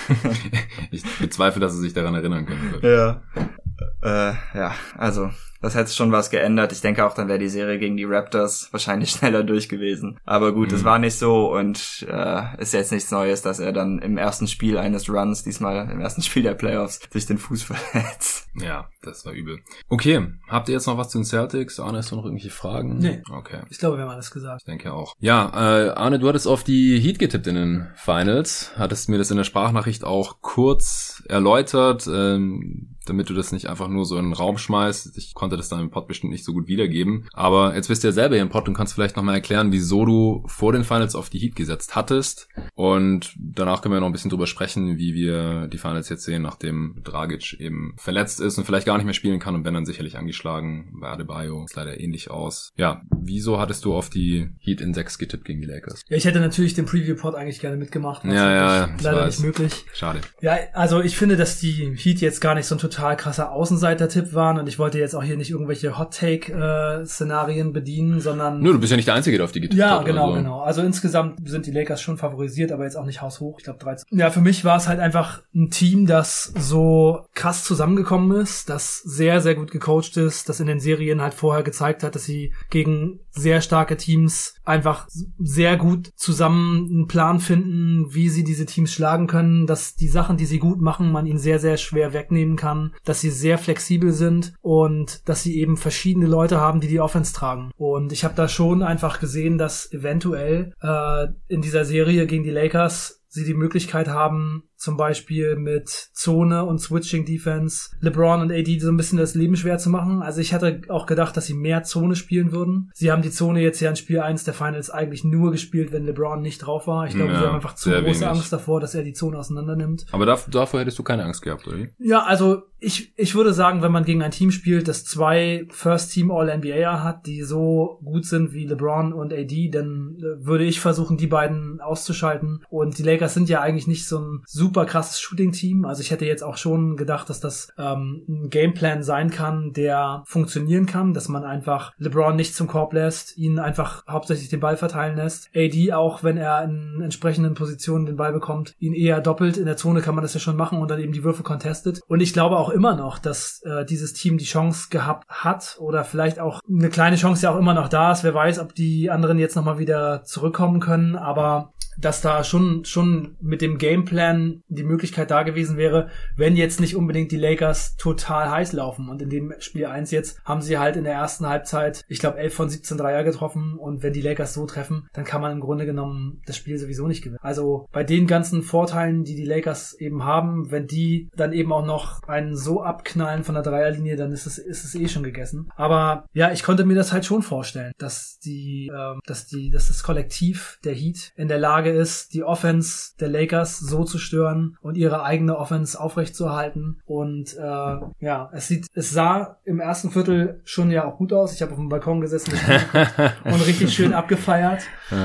Ich bezweifle, dass er sich daran erinnern könnte. Ja. Äh, ja, also das hätte schon was geändert. Ich denke auch, dann wäre die Serie gegen die Raptors wahrscheinlich schneller durch gewesen. Aber gut, es mhm. war nicht so und äh, ist jetzt nichts Neues, dass er dann im ersten Spiel eines Runs, diesmal im ersten Spiel der Playoffs, sich den Fuß verletzt. Ja, das war übel. Okay, habt ihr jetzt noch was zu den Celtics? Arne, hast du noch irgendwelche Fragen? Nee. Okay. Ich glaube, wir haben alles gesagt. Ich denke auch. Ja, äh, Arne, du hattest auf die Heat getippt in den Finals. Hattest mir das in der Sprachnachricht auch kurz erläutert. Ähm, damit du das nicht einfach nur so in den Raum schmeißt. Ich konnte das dann im Pod bestimmt nicht so gut wiedergeben. Aber jetzt bist du ja selber hier im Pod und kannst vielleicht nochmal erklären, wieso du vor den Finals auf die Heat gesetzt hattest. Und danach können wir noch ein bisschen drüber sprechen, wie wir die Finals jetzt sehen, nachdem Dragic eben verletzt ist und vielleicht gar nicht mehr spielen kann und wenn dann sicherlich angeschlagen. Bei Adebayo ist leider ähnlich aus. Ja, wieso hattest du auf die Heat in sechs getippt gegen die Lakers? Ja, ich hätte natürlich den Preview-Pod eigentlich gerne mitgemacht. Ja, ja, ja. Leider weiß. nicht möglich. Schade. Ja, also ich finde, dass die Heat jetzt gar nicht so ein total krasser Außenseiter-Tipp waren und ich wollte jetzt auch hier nicht irgendwelche Hot-Take-Szenarien bedienen, sondern... Nö, du bist ja nicht der Einzige, der auf die getippt ja, hat. Ja, genau, also. genau. Also insgesamt sind die Lakers schon favorisiert, aber jetzt auch nicht haushoch. Ich glaube dreizehn. Ja, für mich war es halt einfach ein Team, das so krass zusammengekommen ist, das sehr, sehr gut gecoacht ist, das in den Serien halt vorher gezeigt hat, dass sie gegen sehr starke Teams einfach sehr gut zusammen einen Plan finden, wie sie diese Teams schlagen können, dass die Sachen, die sie gut machen, man ihnen sehr, sehr schwer wegnehmen kann, dass sie sehr flexibel sind und dass sie eben verschiedene Leute haben, die die Offense tragen. Und ich habe da schon einfach gesehen, dass eventuell äh, in dieser Serie gegen die Lakers sie die Möglichkeit haben, zum Beispiel mit Zone und Switching Defense LeBron und A D so ein bisschen das Leben schwer zu machen. Also ich hatte auch gedacht, dass sie mehr Zone spielen würden. Sie haben die Zone jetzt ja in Spiel eins der Finals eigentlich nur gespielt, wenn LeBron nicht drauf war. Ich glaube, ja, sie haben einfach zu große wenig. Angst davor, dass er die Zone auseinander nimmt. Aber davor, davor hättest du keine Angst gehabt, oder? Ja, also ich ich würde sagen, wenn man gegen ein Team spielt, das zwei First-Team All-N B A hat, die so gut sind wie LeBron und A D, dann äh, würde ich versuchen, die beiden auszuschalten. Und die Lakers sind ja eigentlich nicht so ein super krasses Shooting-Team. Also ich hätte jetzt auch schon gedacht, dass das ähm, ein Gameplan sein kann, der funktionieren kann, dass man einfach LeBron nicht zum Korb lässt, ihn einfach hauptsächlich den Ball verteilen lässt. A D, auch wenn er in entsprechenden Positionen den Ball bekommt, ihn eher doppelt. In der Zone kann man das ja schon machen und dann eben die Würfe contestet. Und ich glaube auch immer noch, dass äh, dieses Team die Chance gehabt hat oder vielleicht auch eine kleine Chance ja auch immer noch da ist. Wer weiß, ob die anderen jetzt nochmal wieder zurückkommen können, aber dass da schon schon mit dem Gameplan die Möglichkeit da gewesen wäre, wenn jetzt nicht unbedingt die Lakers total heiß laufen. Und in dem Spiel eins jetzt haben sie halt in der ersten Halbzeit, ich glaube, elf von siebzehn Dreier getroffen. Und wenn die Lakers so treffen, dann kann man im Grunde genommen das Spiel sowieso nicht gewinnen. Also bei den ganzen Vorteilen, die die Lakers eben haben, wenn die dann eben auch noch einen so abknallen von der Dreierlinie, dann ist es ist es eh schon gegessen. Aber ja, ich konnte mir das halt schon vorstellen, dass die, ähm, dass die, dass das Kollektiv der Heat in der Lage ist, die Offense der Lakers so zu stören und ihre eigene Offense aufrechtzuerhalten. Und äh, ja, es sieht, es sah im ersten Viertel schon ja auch gut aus. Ich habe auf dem Balkon gesessen und richtig schön abgefeiert.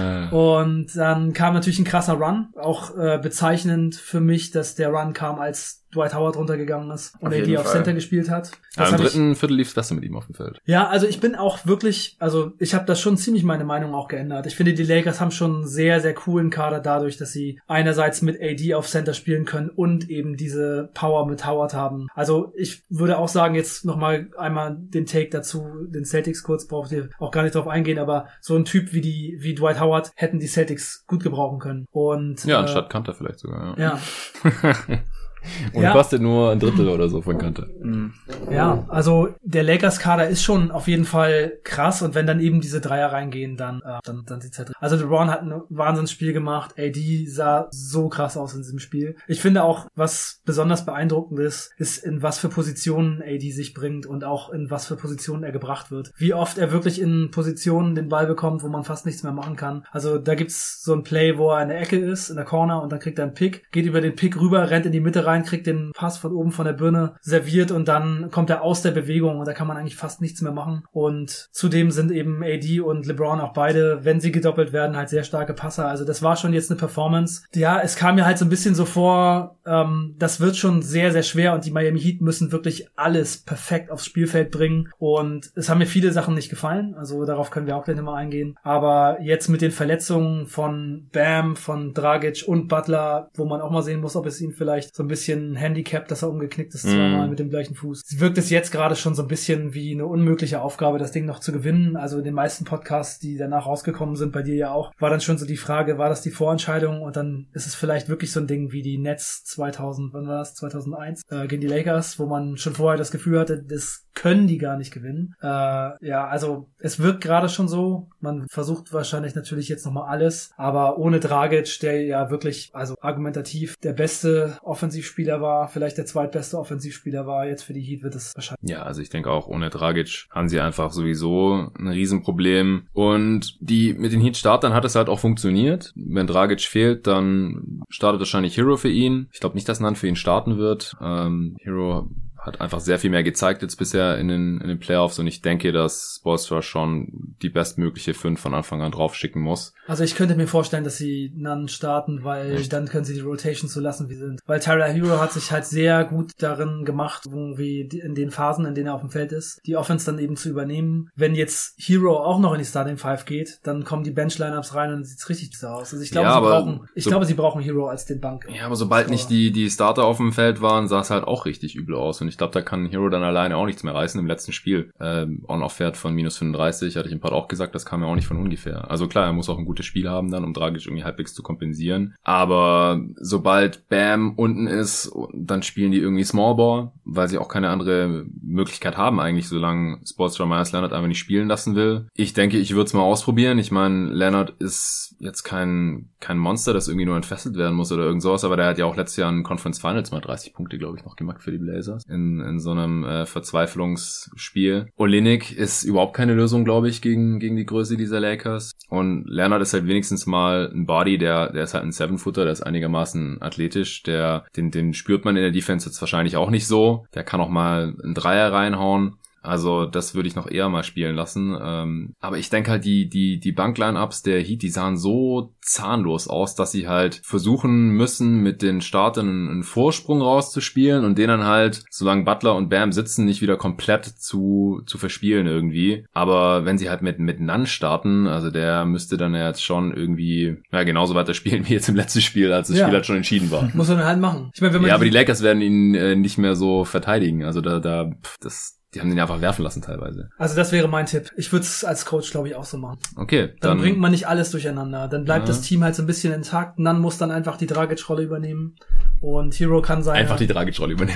Und dann kam natürlich ein krasser Run. Auch äh, bezeichnend für mich, dass der Run kam, als Dwight Howard runtergegangen ist und A D auf Center gespielt hat. Ja, im dritten ich, Viertel lief es besser mit ihm auf dem Feld. Ja, also ich bin auch wirklich, also ich habe da schon ziemlich meine Meinung auch geändert. Ich finde, die Lakers haben schon einen sehr, sehr coolen Kader dadurch, dass sie einerseits mit A D auf Center spielen können und eben diese Power mit Howard haben. Also ich würde auch sagen, jetzt nochmal einmal den Take dazu, den Celtics kurz, braucht ihr auch gar nicht drauf eingehen, aber so ein Typ wie die wie Dwight Howard hätten die Celtics gut gebrauchen können. Und ja, äh, anstatt Kanter vielleicht sogar. Ja. ja. Und ja. kostet nur ein Drittel oder so von Kante. Ja, also der Lakers-Kader ist schon auf jeden Fall krass und wenn dann eben diese Dreier reingehen, dann äh, dann, dann sieht's halt. Also LeBron hat ein Wahnsinnsspiel gemacht. A D sah so krass aus in diesem Spiel. Ich finde auch, was besonders beeindruckend ist, ist, in was für Positionen A D sich bringt und auch in was für Positionen er gebracht wird. Wie oft er wirklich in Positionen den Ball bekommt, wo man fast nichts mehr machen kann. Also da gibt's so ein Play, wo er in der Ecke ist, in der Corner und dann kriegt er einen Pick, geht über den Pick rüber, rennt in die Mitte rein, kriegt den Pass von oben von der Birne serviert und dann kommt er aus der Bewegung und da kann man eigentlich fast nichts mehr machen. Und zudem sind eben A D und LeBron auch beide, wenn sie gedoppelt werden, halt sehr starke Passer. Also das war schon jetzt eine Performance. Ja, es kam mir halt so ein bisschen so vor, ähm, das wird schon sehr, sehr schwer und die Miami Heat müssen wirklich alles perfekt aufs Spielfeld bringen und es haben mir viele Sachen nicht gefallen. Also darauf können wir auch gleich nochmal eingehen. Aber jetzt mit den Verletzungen von Bam, von Dragic und Butler, wo man auch mal sehen muss, ob es ihn vielleicht so ein bisschen Handicap, dass er umgeknickt ist, zweimal mm. mit dem gleichen Fuß. Es wirkt es jetzt gerade schon so ein bisschen wie eine unmögliche Aufgabe, das Ding noch zu gewinnen. Also in den meisten Podcasts, die danach rausgekommen sind, bei dir ja auch, war dann schon so die Frage, war das die Vorentscheidung? Und dann ist es vielleicht wirklich so ein Ding wie die Nets zweitausend, wann war das? zweitausendeins äh, gegen die Lakers, wo man schon vorher das Gefühl hatte, das können die gar nicht gewinnen. Äh, ja, also es wirkt gerade schon so. Man versucht wahrscheinlich natürlich jetzt nochmal alles, aber ohne Dragic, der ja wirklich, also argumentativ der beste Offensivspieler war, vielleicht der zweitbeste Offensivspieler war, jetzt für die Heat wird es wahrscheinlich. Ja, also ich denke auch, ohne Dragic haben sie einfach sowieso ein Riesenproblem. Und die mit den Heat-Startern hat es halt auch funktioniert. Wenn Dragic fehlt, dann startet wahrscheinlich Hero für ihn. Ich glaube nicht, dass Nunn für ihn starten wird. Ähm, Hero hat einfach sehr viel mehr gezeigt jetzt bisher in den, in den Playoffs und ich denke, dass Spoelstra schon die bestmögliche fünf von Anfang an drauf schicken muss. Also ich könnte mir vorstellen, dass sie Nunn starten, weil Echt? dann können sie die Rotations so lassen, wie sie sind. Weil Tyler Hero hat sich halt sehr gut darin gemacht, irgendwie in den Phasen, in denen er auf dem Feld ist, die Offense dann eben zu übernehmen. Wenn jetzt Hero auch noch in die Starting Five geht, dann kommen die Bench-Lineups rein und dann sieht's richtig so aus. Also ich glaube, ja, sie brauchen, ich so, glaube, sie brauchen Hero als den Bank. Ja, aber sobald nicht die, die Starter auf dem Feld waren, sah es halt auch richtig übel aus und ich glaube, da kann Hero dann alleine auch nichts mehr reißen. Im letzten Spiel ähm, On-Off-Wert von minus fünfunddreißig, hatte ich im Part auch gesagt, das kam ja auch nicht von ungefähr. Also klar, er muss auch ein gutes Spiel haben dann, um Dragic irgendwie halbwegs zu kompensieren. Aber sobald Bam unten ist, dann spielen die irgendwie Smallball, weil sie auch keine andere Möglichkeit haben eigentlich, solange Spoelstra Myers Leonard einfach nicht spielen lassen will. Ich denke, ich würde es mal ausprobieren. Ich meine, Leonard ist jetzt kein kein Monster, das irgendwie nur entfesselt werden muss oder irgend sowas, aber der hat ja auch letztes Jahr in Conference Finals mal dreißig Punkte, glaube ich, noch gemacht für die Blazers. In, in so einem äh, Verzweiflungsspiel. Olynyk ist überhaupt keine Lösung, glaube ich, gegen gegen die Größe dieser Lakers. Und Leonard ist halt wenigstens mal ein Body, der der ist halt ein Seven-Footer, der ist einigermaßen athletisch, der den den spürt man in der Defense jetzt wahrscheinlich auch nicht so. Der kann auch mal einen Dreier reinhauen. Also das würde ich noch eher mal spielen lassen. Ähm, aber ich denke halt, die die die Bankline-Ups der Heat, die sahen so zahnlos aus, dass sie halt versuchen müssen, mit den Startern einen Vorsprung rauszuspielen und den dann halt, solange Butler und Bam sitzen, nicht wieder komplett zu zu verspielen irgendwie. Aber wenn sie halt mit mit Nunn starten, also der müsste dann ja jetzt schon irgendwie ja genauso weiter spielen wie jetzt im letzten Spiel, als das ja. Spiel halt schon entschieden war. Muss man halt machen. Ich meine, wenn man ja, aber die Lakers werden ihn äh, nicht mehr so verteidigen. Also da da pff, das Die haben den ja einfach werfen lassen teilweise. Also das wäre mein Tipp. Ich würde es als Coach, glaube ich, auch so machen. Okay. Dann, dann bringt man nicht alles durcheinander. Dann bleibt ja. das Team halt so ein bisschen intakt. Nunn muss dann einfach die Dragic-Rolle übernehmen. Und Hero kann sein. Einfach die Dragic-Rolle übernehmen.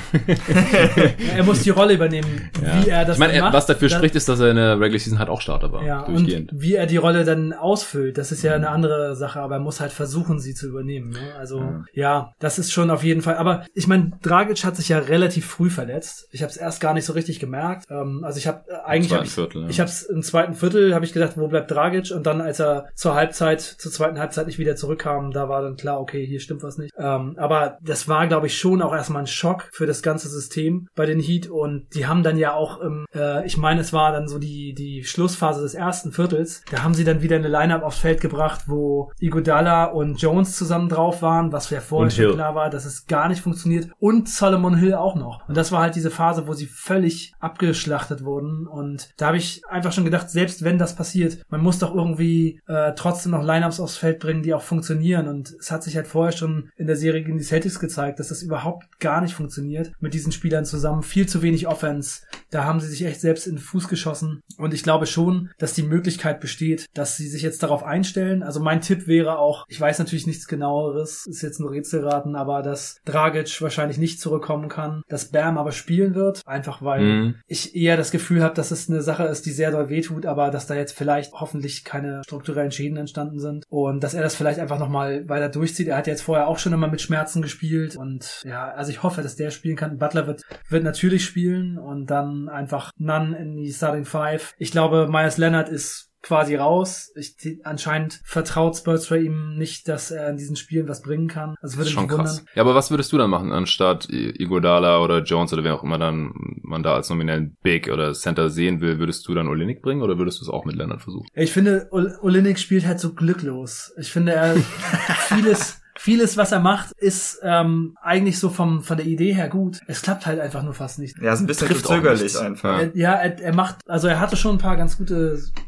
Er muss die Rolle übernehmen, ja. wie er das ich meine, macht. Was dafür dann, spricht, ist, dass er in der Regular Season halt auch Starter war. Ja, durchgehend. Und wie er die Rolle dann ausfüllt, das ist ja eine andere Sache. Aber er muss halt versuchen, sie zu übernehmen. Ne? Also ja. ja, das ist schon auf jeden Fall. Aber ich meine, Dragic hat sich ja relativ früh verletzt. Ich habe es erst gar nicht so richtig gemerkt. Also ich habe eigentlich hab ich, Viertel, ja. ich habe es im zweiten Viertel habe ich gedacht, wo bleibt Dragic? Und dann, als er zur Halbzeit, zur zweiten Halbzeit nicht wieder zurückkam, da war dann klar, okay, hier stimmt was nicht. Ähm, aber das war, glaube ich, schon auch erstmal ein Schock für das ganze System bei den Heat. Und die haben dann ja auch, im, äh, ich meine, es war dann so die die Schlussphase des ersten Viertels. Da haben sie dann wieder eine Lineup aufs Feld gebracht, wo Iguodala und Jones zusammen drauf waren, was ja vorher schon klar war, dass es gar nicht funktioniert. Und Solomon Hill auch noch. Und das war halt diese Phase, wo sie völlig abgeschlachtet wurden. Und da habe ich einfach schon gedacht, selbst wenn das passiert, man muss doch irgendwie äh, trotzdem noch Lineups aufs Feld bringen, die auch funktionieren. Und es hat sich halt vorher schon in der Serie gegen die Celtics gezeigt, dass das überhaupt gar nicht funktioniert mit diesen Spielern zusammen. Viel zu wenig Offense. Da haben sie sich echt selbst in den Fuß geschossen. Und ich glaube schon, dass die Möglichkeit besteht, dass sie sich jetzt darauf einstellen. Also mein Tipp wäre auch, ich weiß natürlich nichts Genaueres, ist jetzt nur Rätselraten, aber dass Dragic wahrscheinlich nicht zurückkommen kann, dass Bam aber spielen wird, einfach weil mhm. ich eher das Gefühl habe, dass es eine Sache ist, die sehr doll wehtut, aber dass da jetzt vielleicht hoffentlich keine strukturellen Schäden entstanden sind und dass er das vielleicht einfach nochmal weiter durchzieht. Er hat jetzt vorher auch schon immer mit Schmerzen gespielt und ja, also ich hoffe, dass der spielen kann. Butler wird wird natürlich spielen und dann einfach Nunn in die Starting Five. Ich glaube, Myers Leonard ist quasi raus. Ich, anscheinend vertraut Spoelstra ihm nicht, dass er in diesen Spielen was bringen kann. Also würde mich wundern. Krass. Ja, aber was würdest du dann machen, anstatt Iguodala oder Jones oder wer auch immer dann man da als nominellen Big oder Center sehen will, würdest du dann Olynyk bringen oder würdest du es auch mit Leonard versuchen? Ich finde, Olynyk spielt halt so glücklos. Ich finde, er vieles Vieles, was er macht, ist ähm, eigentlich so vom von der Idee her gut. Es klappt halt einfach nur fast nicht. Ja, ist ein bisschen zu zögerlich einfach. Er, ja, er, er macht, also er hatte schon ein paar ganz gute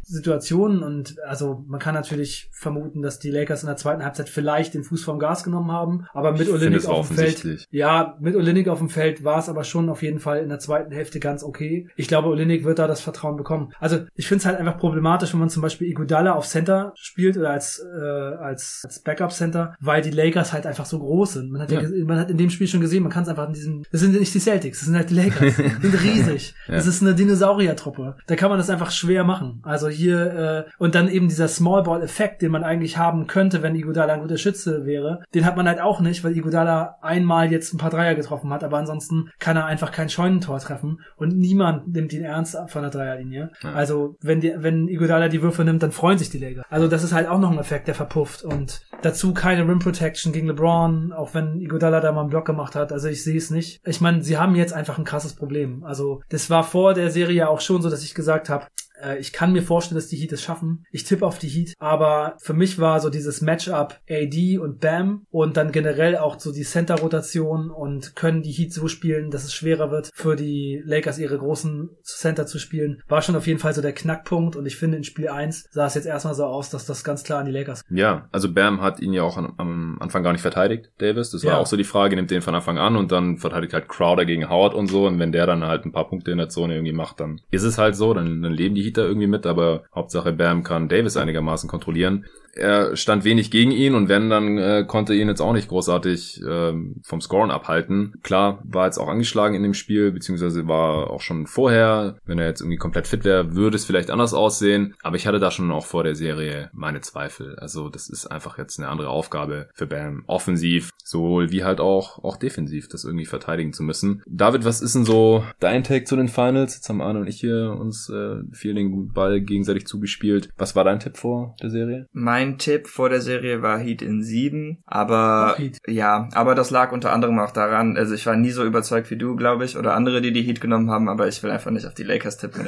Situationen und also man kann natürlich vermuten, dass die Lakers in der zweiten Halbzeit vielleicht den Fuß vom Gas genommen haben, aber mit Olynyk auf dem Feld, ja, mit Olynyk auf dem Feld war es aber schon auf jeden Fall in der zweiten Hälfte ganz okay. Ich glaube, Olynyk wird da das Vertrauen bekommen. Also ich finde es halt einfach problematisch, wenn man zum Beispiel Iguodala auf Center spielt oder als äh, als, als Backup-Center, weil die Lakers halt einfach so groß sind. Man hat ja, ja man hat in dem Spiel schon gesehen, man kann es einfach in diesem, das sind nicht die Celtics, das sind halt die Lakers, die sind riesig. Ja. Das ist eine Dinosaurier-Truppe. Da kann man das einfach schwer machen. Also hier, äh, und dann eben dieser Small-Ball-Effekt, den man eigentlich haben könnte, wenn Iguodala ein guter Schütze wäre, den hat man halt auch nicht, weil Iguodala einmal jetzt ein paar Dreier getroffen hat, aber ansonsten kann er einfach kein Scheunentor treffen und niemand nimmt ihn ernst von der Dreierlinie. Ja. Also wenn die, wenn Iguodala die Würfe nimmt, dann freuen sich die Lakers. Also das ist halt auch noch ein Effekt, der verpufft und dazu keine Rim Protection gegen LeBron, auch wenn Iguodala da mal einen Block gemacht hat. Also ich sehe es nicht. Ich meine, sie haben jetzt einfach ein krasses Problem. Also das war vor der Serie auch schon so, dass ich gesagt habe, ich kann mir vorstellen, dass die Heat es schaffen. Ich tippe auf die Heat. Aber für mich war so dieses Matchup A D und Bam und dann generell auch so die Center-Rotation und können die Heat so spielen, dass es schwerer wird für die Lakers ihre großen Center zu spielen, war schon auf jeden Fall so der Knackpunkt. Und ich finde, in Spiel eins sah es jetzt erstmal so aus, dass das ganz klar an die Lakers geht. Ja, also Bam hat ihn ja auch am, am Anfang gar nicht verteidigt, Davis. Das war ja auch so die Frage, nimmt den von Anfang an und dann verteidigt halt Crowder gegen Howard und so. Und wenn der dann halt ein paar Punkte in der Zone irgendwie macht, dann ist es halt so, dann, dann leben die Heat da irgendwie mit, aber Hauptsache Bam kann Davis einigermaßen kontrollieren. Er stand wenig gegen ihn und wenn, dann äh, konnte ihn jetzt auch nicht großartig ähm, vom Scoren abhalten. Klar, war jetzt auch angeschlagen in dem Spiel, beziehungsweise war auch schon vorher. Wenn er jetzt irgendwie komplett fit wäre, würde es vielleicht anders aussehen. Aber ich hatte da schon auch vor der Serie meine Zweifel. Also das ist einfach jetzt eine andere Aufgabe für Bam. Offensiv, sowohl wie halt auch auch defensiv, das irgendwie verteidigen zu müssen. David, was ist denn so dein Take zu den Finals? Jetzt haben Arne und ich hier uns äh, viel den Ball gegenseitig zugespielt. Was war dein Tipp vor der Serie? Mein Tipp vor der Serie war Heat in sieben, aber Heat. ja, aber das lag unter anderem auch daran, also ich war nie so überzeugt wie du, glaube ich, oder andere, die die Heat genommen haben, aber ich will einfach nicht auf die Lakers tippen.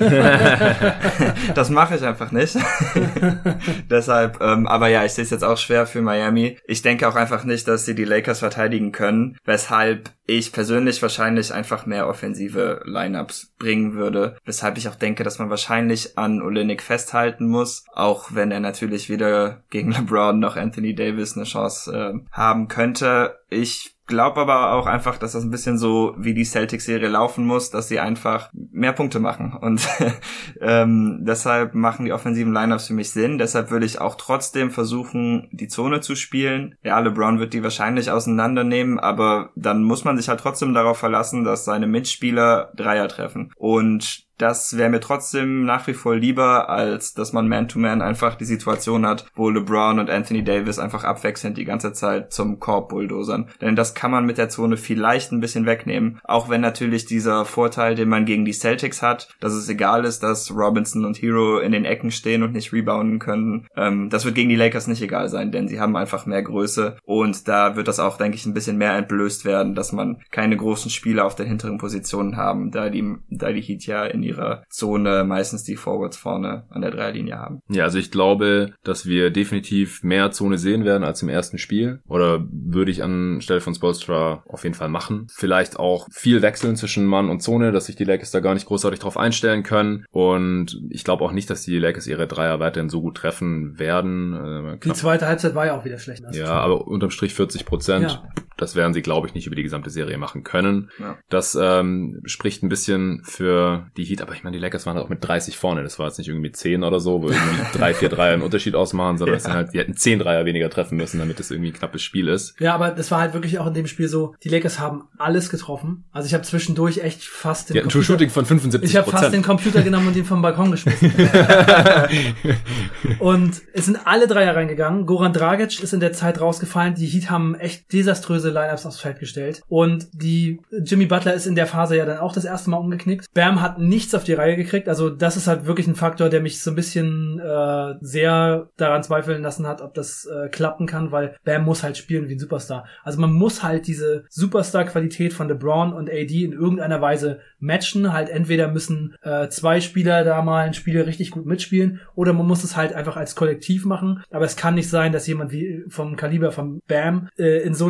Das mache ich einfach nicht. Deshalb, ähm, aber ja, ich sehe es jetzt auch schwer für Miami. Ich denke auch einfach nicht, dass sie die Lakers verteidigen können, weshalb ich persönlich wahrscheinlich einfach mehr offensive Lineups bringen würde, weshalb ich auch denke, dass man wahrscheinlich an Olynyk festhalten muss, auch wenn er natürlich wieder gegen LeBron noch Anthony Davis eine Chance äh, haben könnte. Ich glaube aber auch einfach, dass das ein bisschen so wie die Celtics-Serie laufen muss, dass sie einfach mehr Punkte machen und ähm, deshalb machen die offensiven Lineups für mich Sinn. Deshalb würde ich auch trotzdem versuchen, die Zone zu spielen. Ja, LeBron wird die wahrscheinlich auseinandernehmen, aber dann muss man sich halt trotzdem darauf verlassen, dass seine Mitspieler Dreier treffen und das wäre mir trotzdem nach wie vor lieber, als dass man Man-to-Man einfach die Situation hat, wo LeBron und Anthony Davis einfach abwechselnd die ganze Zeit zum Korb bulldozern. Denn das kann man mit der Zone vielleicht ein bisschen wegnehmen. Auch wenn natürlich dieser Vorteil, den man gegen die Celtics hat, dass es egal ist, dass Robinson und Hero in den Ecken stehen und nicht rebounden können. Ähm, das wird gegen die Lakers nicht egal sein, denn sie haben einfach mehr Größe. Und da wird das auch, denke ich, ein bisschen mehr entblößt werden, dass man keine großen Spieler auf den hinteren Positionen haben, da die, da die Heat ja in ihrer Zone meistens die Forwards vorne an der Dreierlinie haben. Ja, also ich glaube, dass wir definitiv mehr Zone sehen werden als im ersten Spiel. Oder würde ich anstelle von Spoelstra auf jeden Fall machen. Vielleicht auch viel wechseln zwischen Mann und Zone, dass sich die Lakers da gar nicht großartig drauf einstellen können. Und ich glaube auch nicht, dass die Lakers ihre Dreier weiterhin so gut treffen werden. Äh, die zweite Halbzeit war ja auch wieder schlecht. Ja, aber unterm Strich vierzig Prozent. Ja. Das werden sie, glaube ich, nicht über die gesamte Serie machen können. Ja. Das ähm, spricht ein bisschen für die Heat. Aber ich meine, die Lakers waren halt auch mit dreißig vorne. Das war jetzt nicht irgendwie zehn oder so, wo irgendwie drei, vier Dreier einen Unterschied ausmachen, sondern ja. es sind halt, die hätten zehn Dreier weniger treffen müssen, damit es irgendwie ein knappes Spiel ist. Ja, aber das war halt wirklich auch in dem Spiel so, die Lakers haben alles getroffen. Also ich habe zwischendurch echt fast den ja, Computer... Shooting von fünfundsiebzig Prozent. Ich habe fast den Computer genommen und den vom Balkon geschmissen. Und es sind alle Dreier reingegangen. Goran Dragic ist in der Zeit rausgefallen. Die Heat haben echt desaströse Lineups aufs Feld gestellt. Und die Jimmy Butler ist in der Phase ja dann auch das erste Mal umgeknickt. Bam hat nichts auf die Reihe gekriegt. Also das ist halt wirklich ein Faktor, der mich so ein bisschen äh, sehr daran zweifeln lassen hat, ob das äh, klappen kann, weil Bam muss halt spielen wie ein Superstar. Also man muss halt diese Superstar-Qualität von LeBron und A D in irgendeiner Weise matchen. Halt entweder müssen äh, zwei Spieler da mal ein Spiel richtig gut mitspielen oder man muss es halt einfach als Kollektiv machen. Aber es kann nicht sein, dass jemand wie vom Kaliber von Bam äh, in so einem Spiel, wo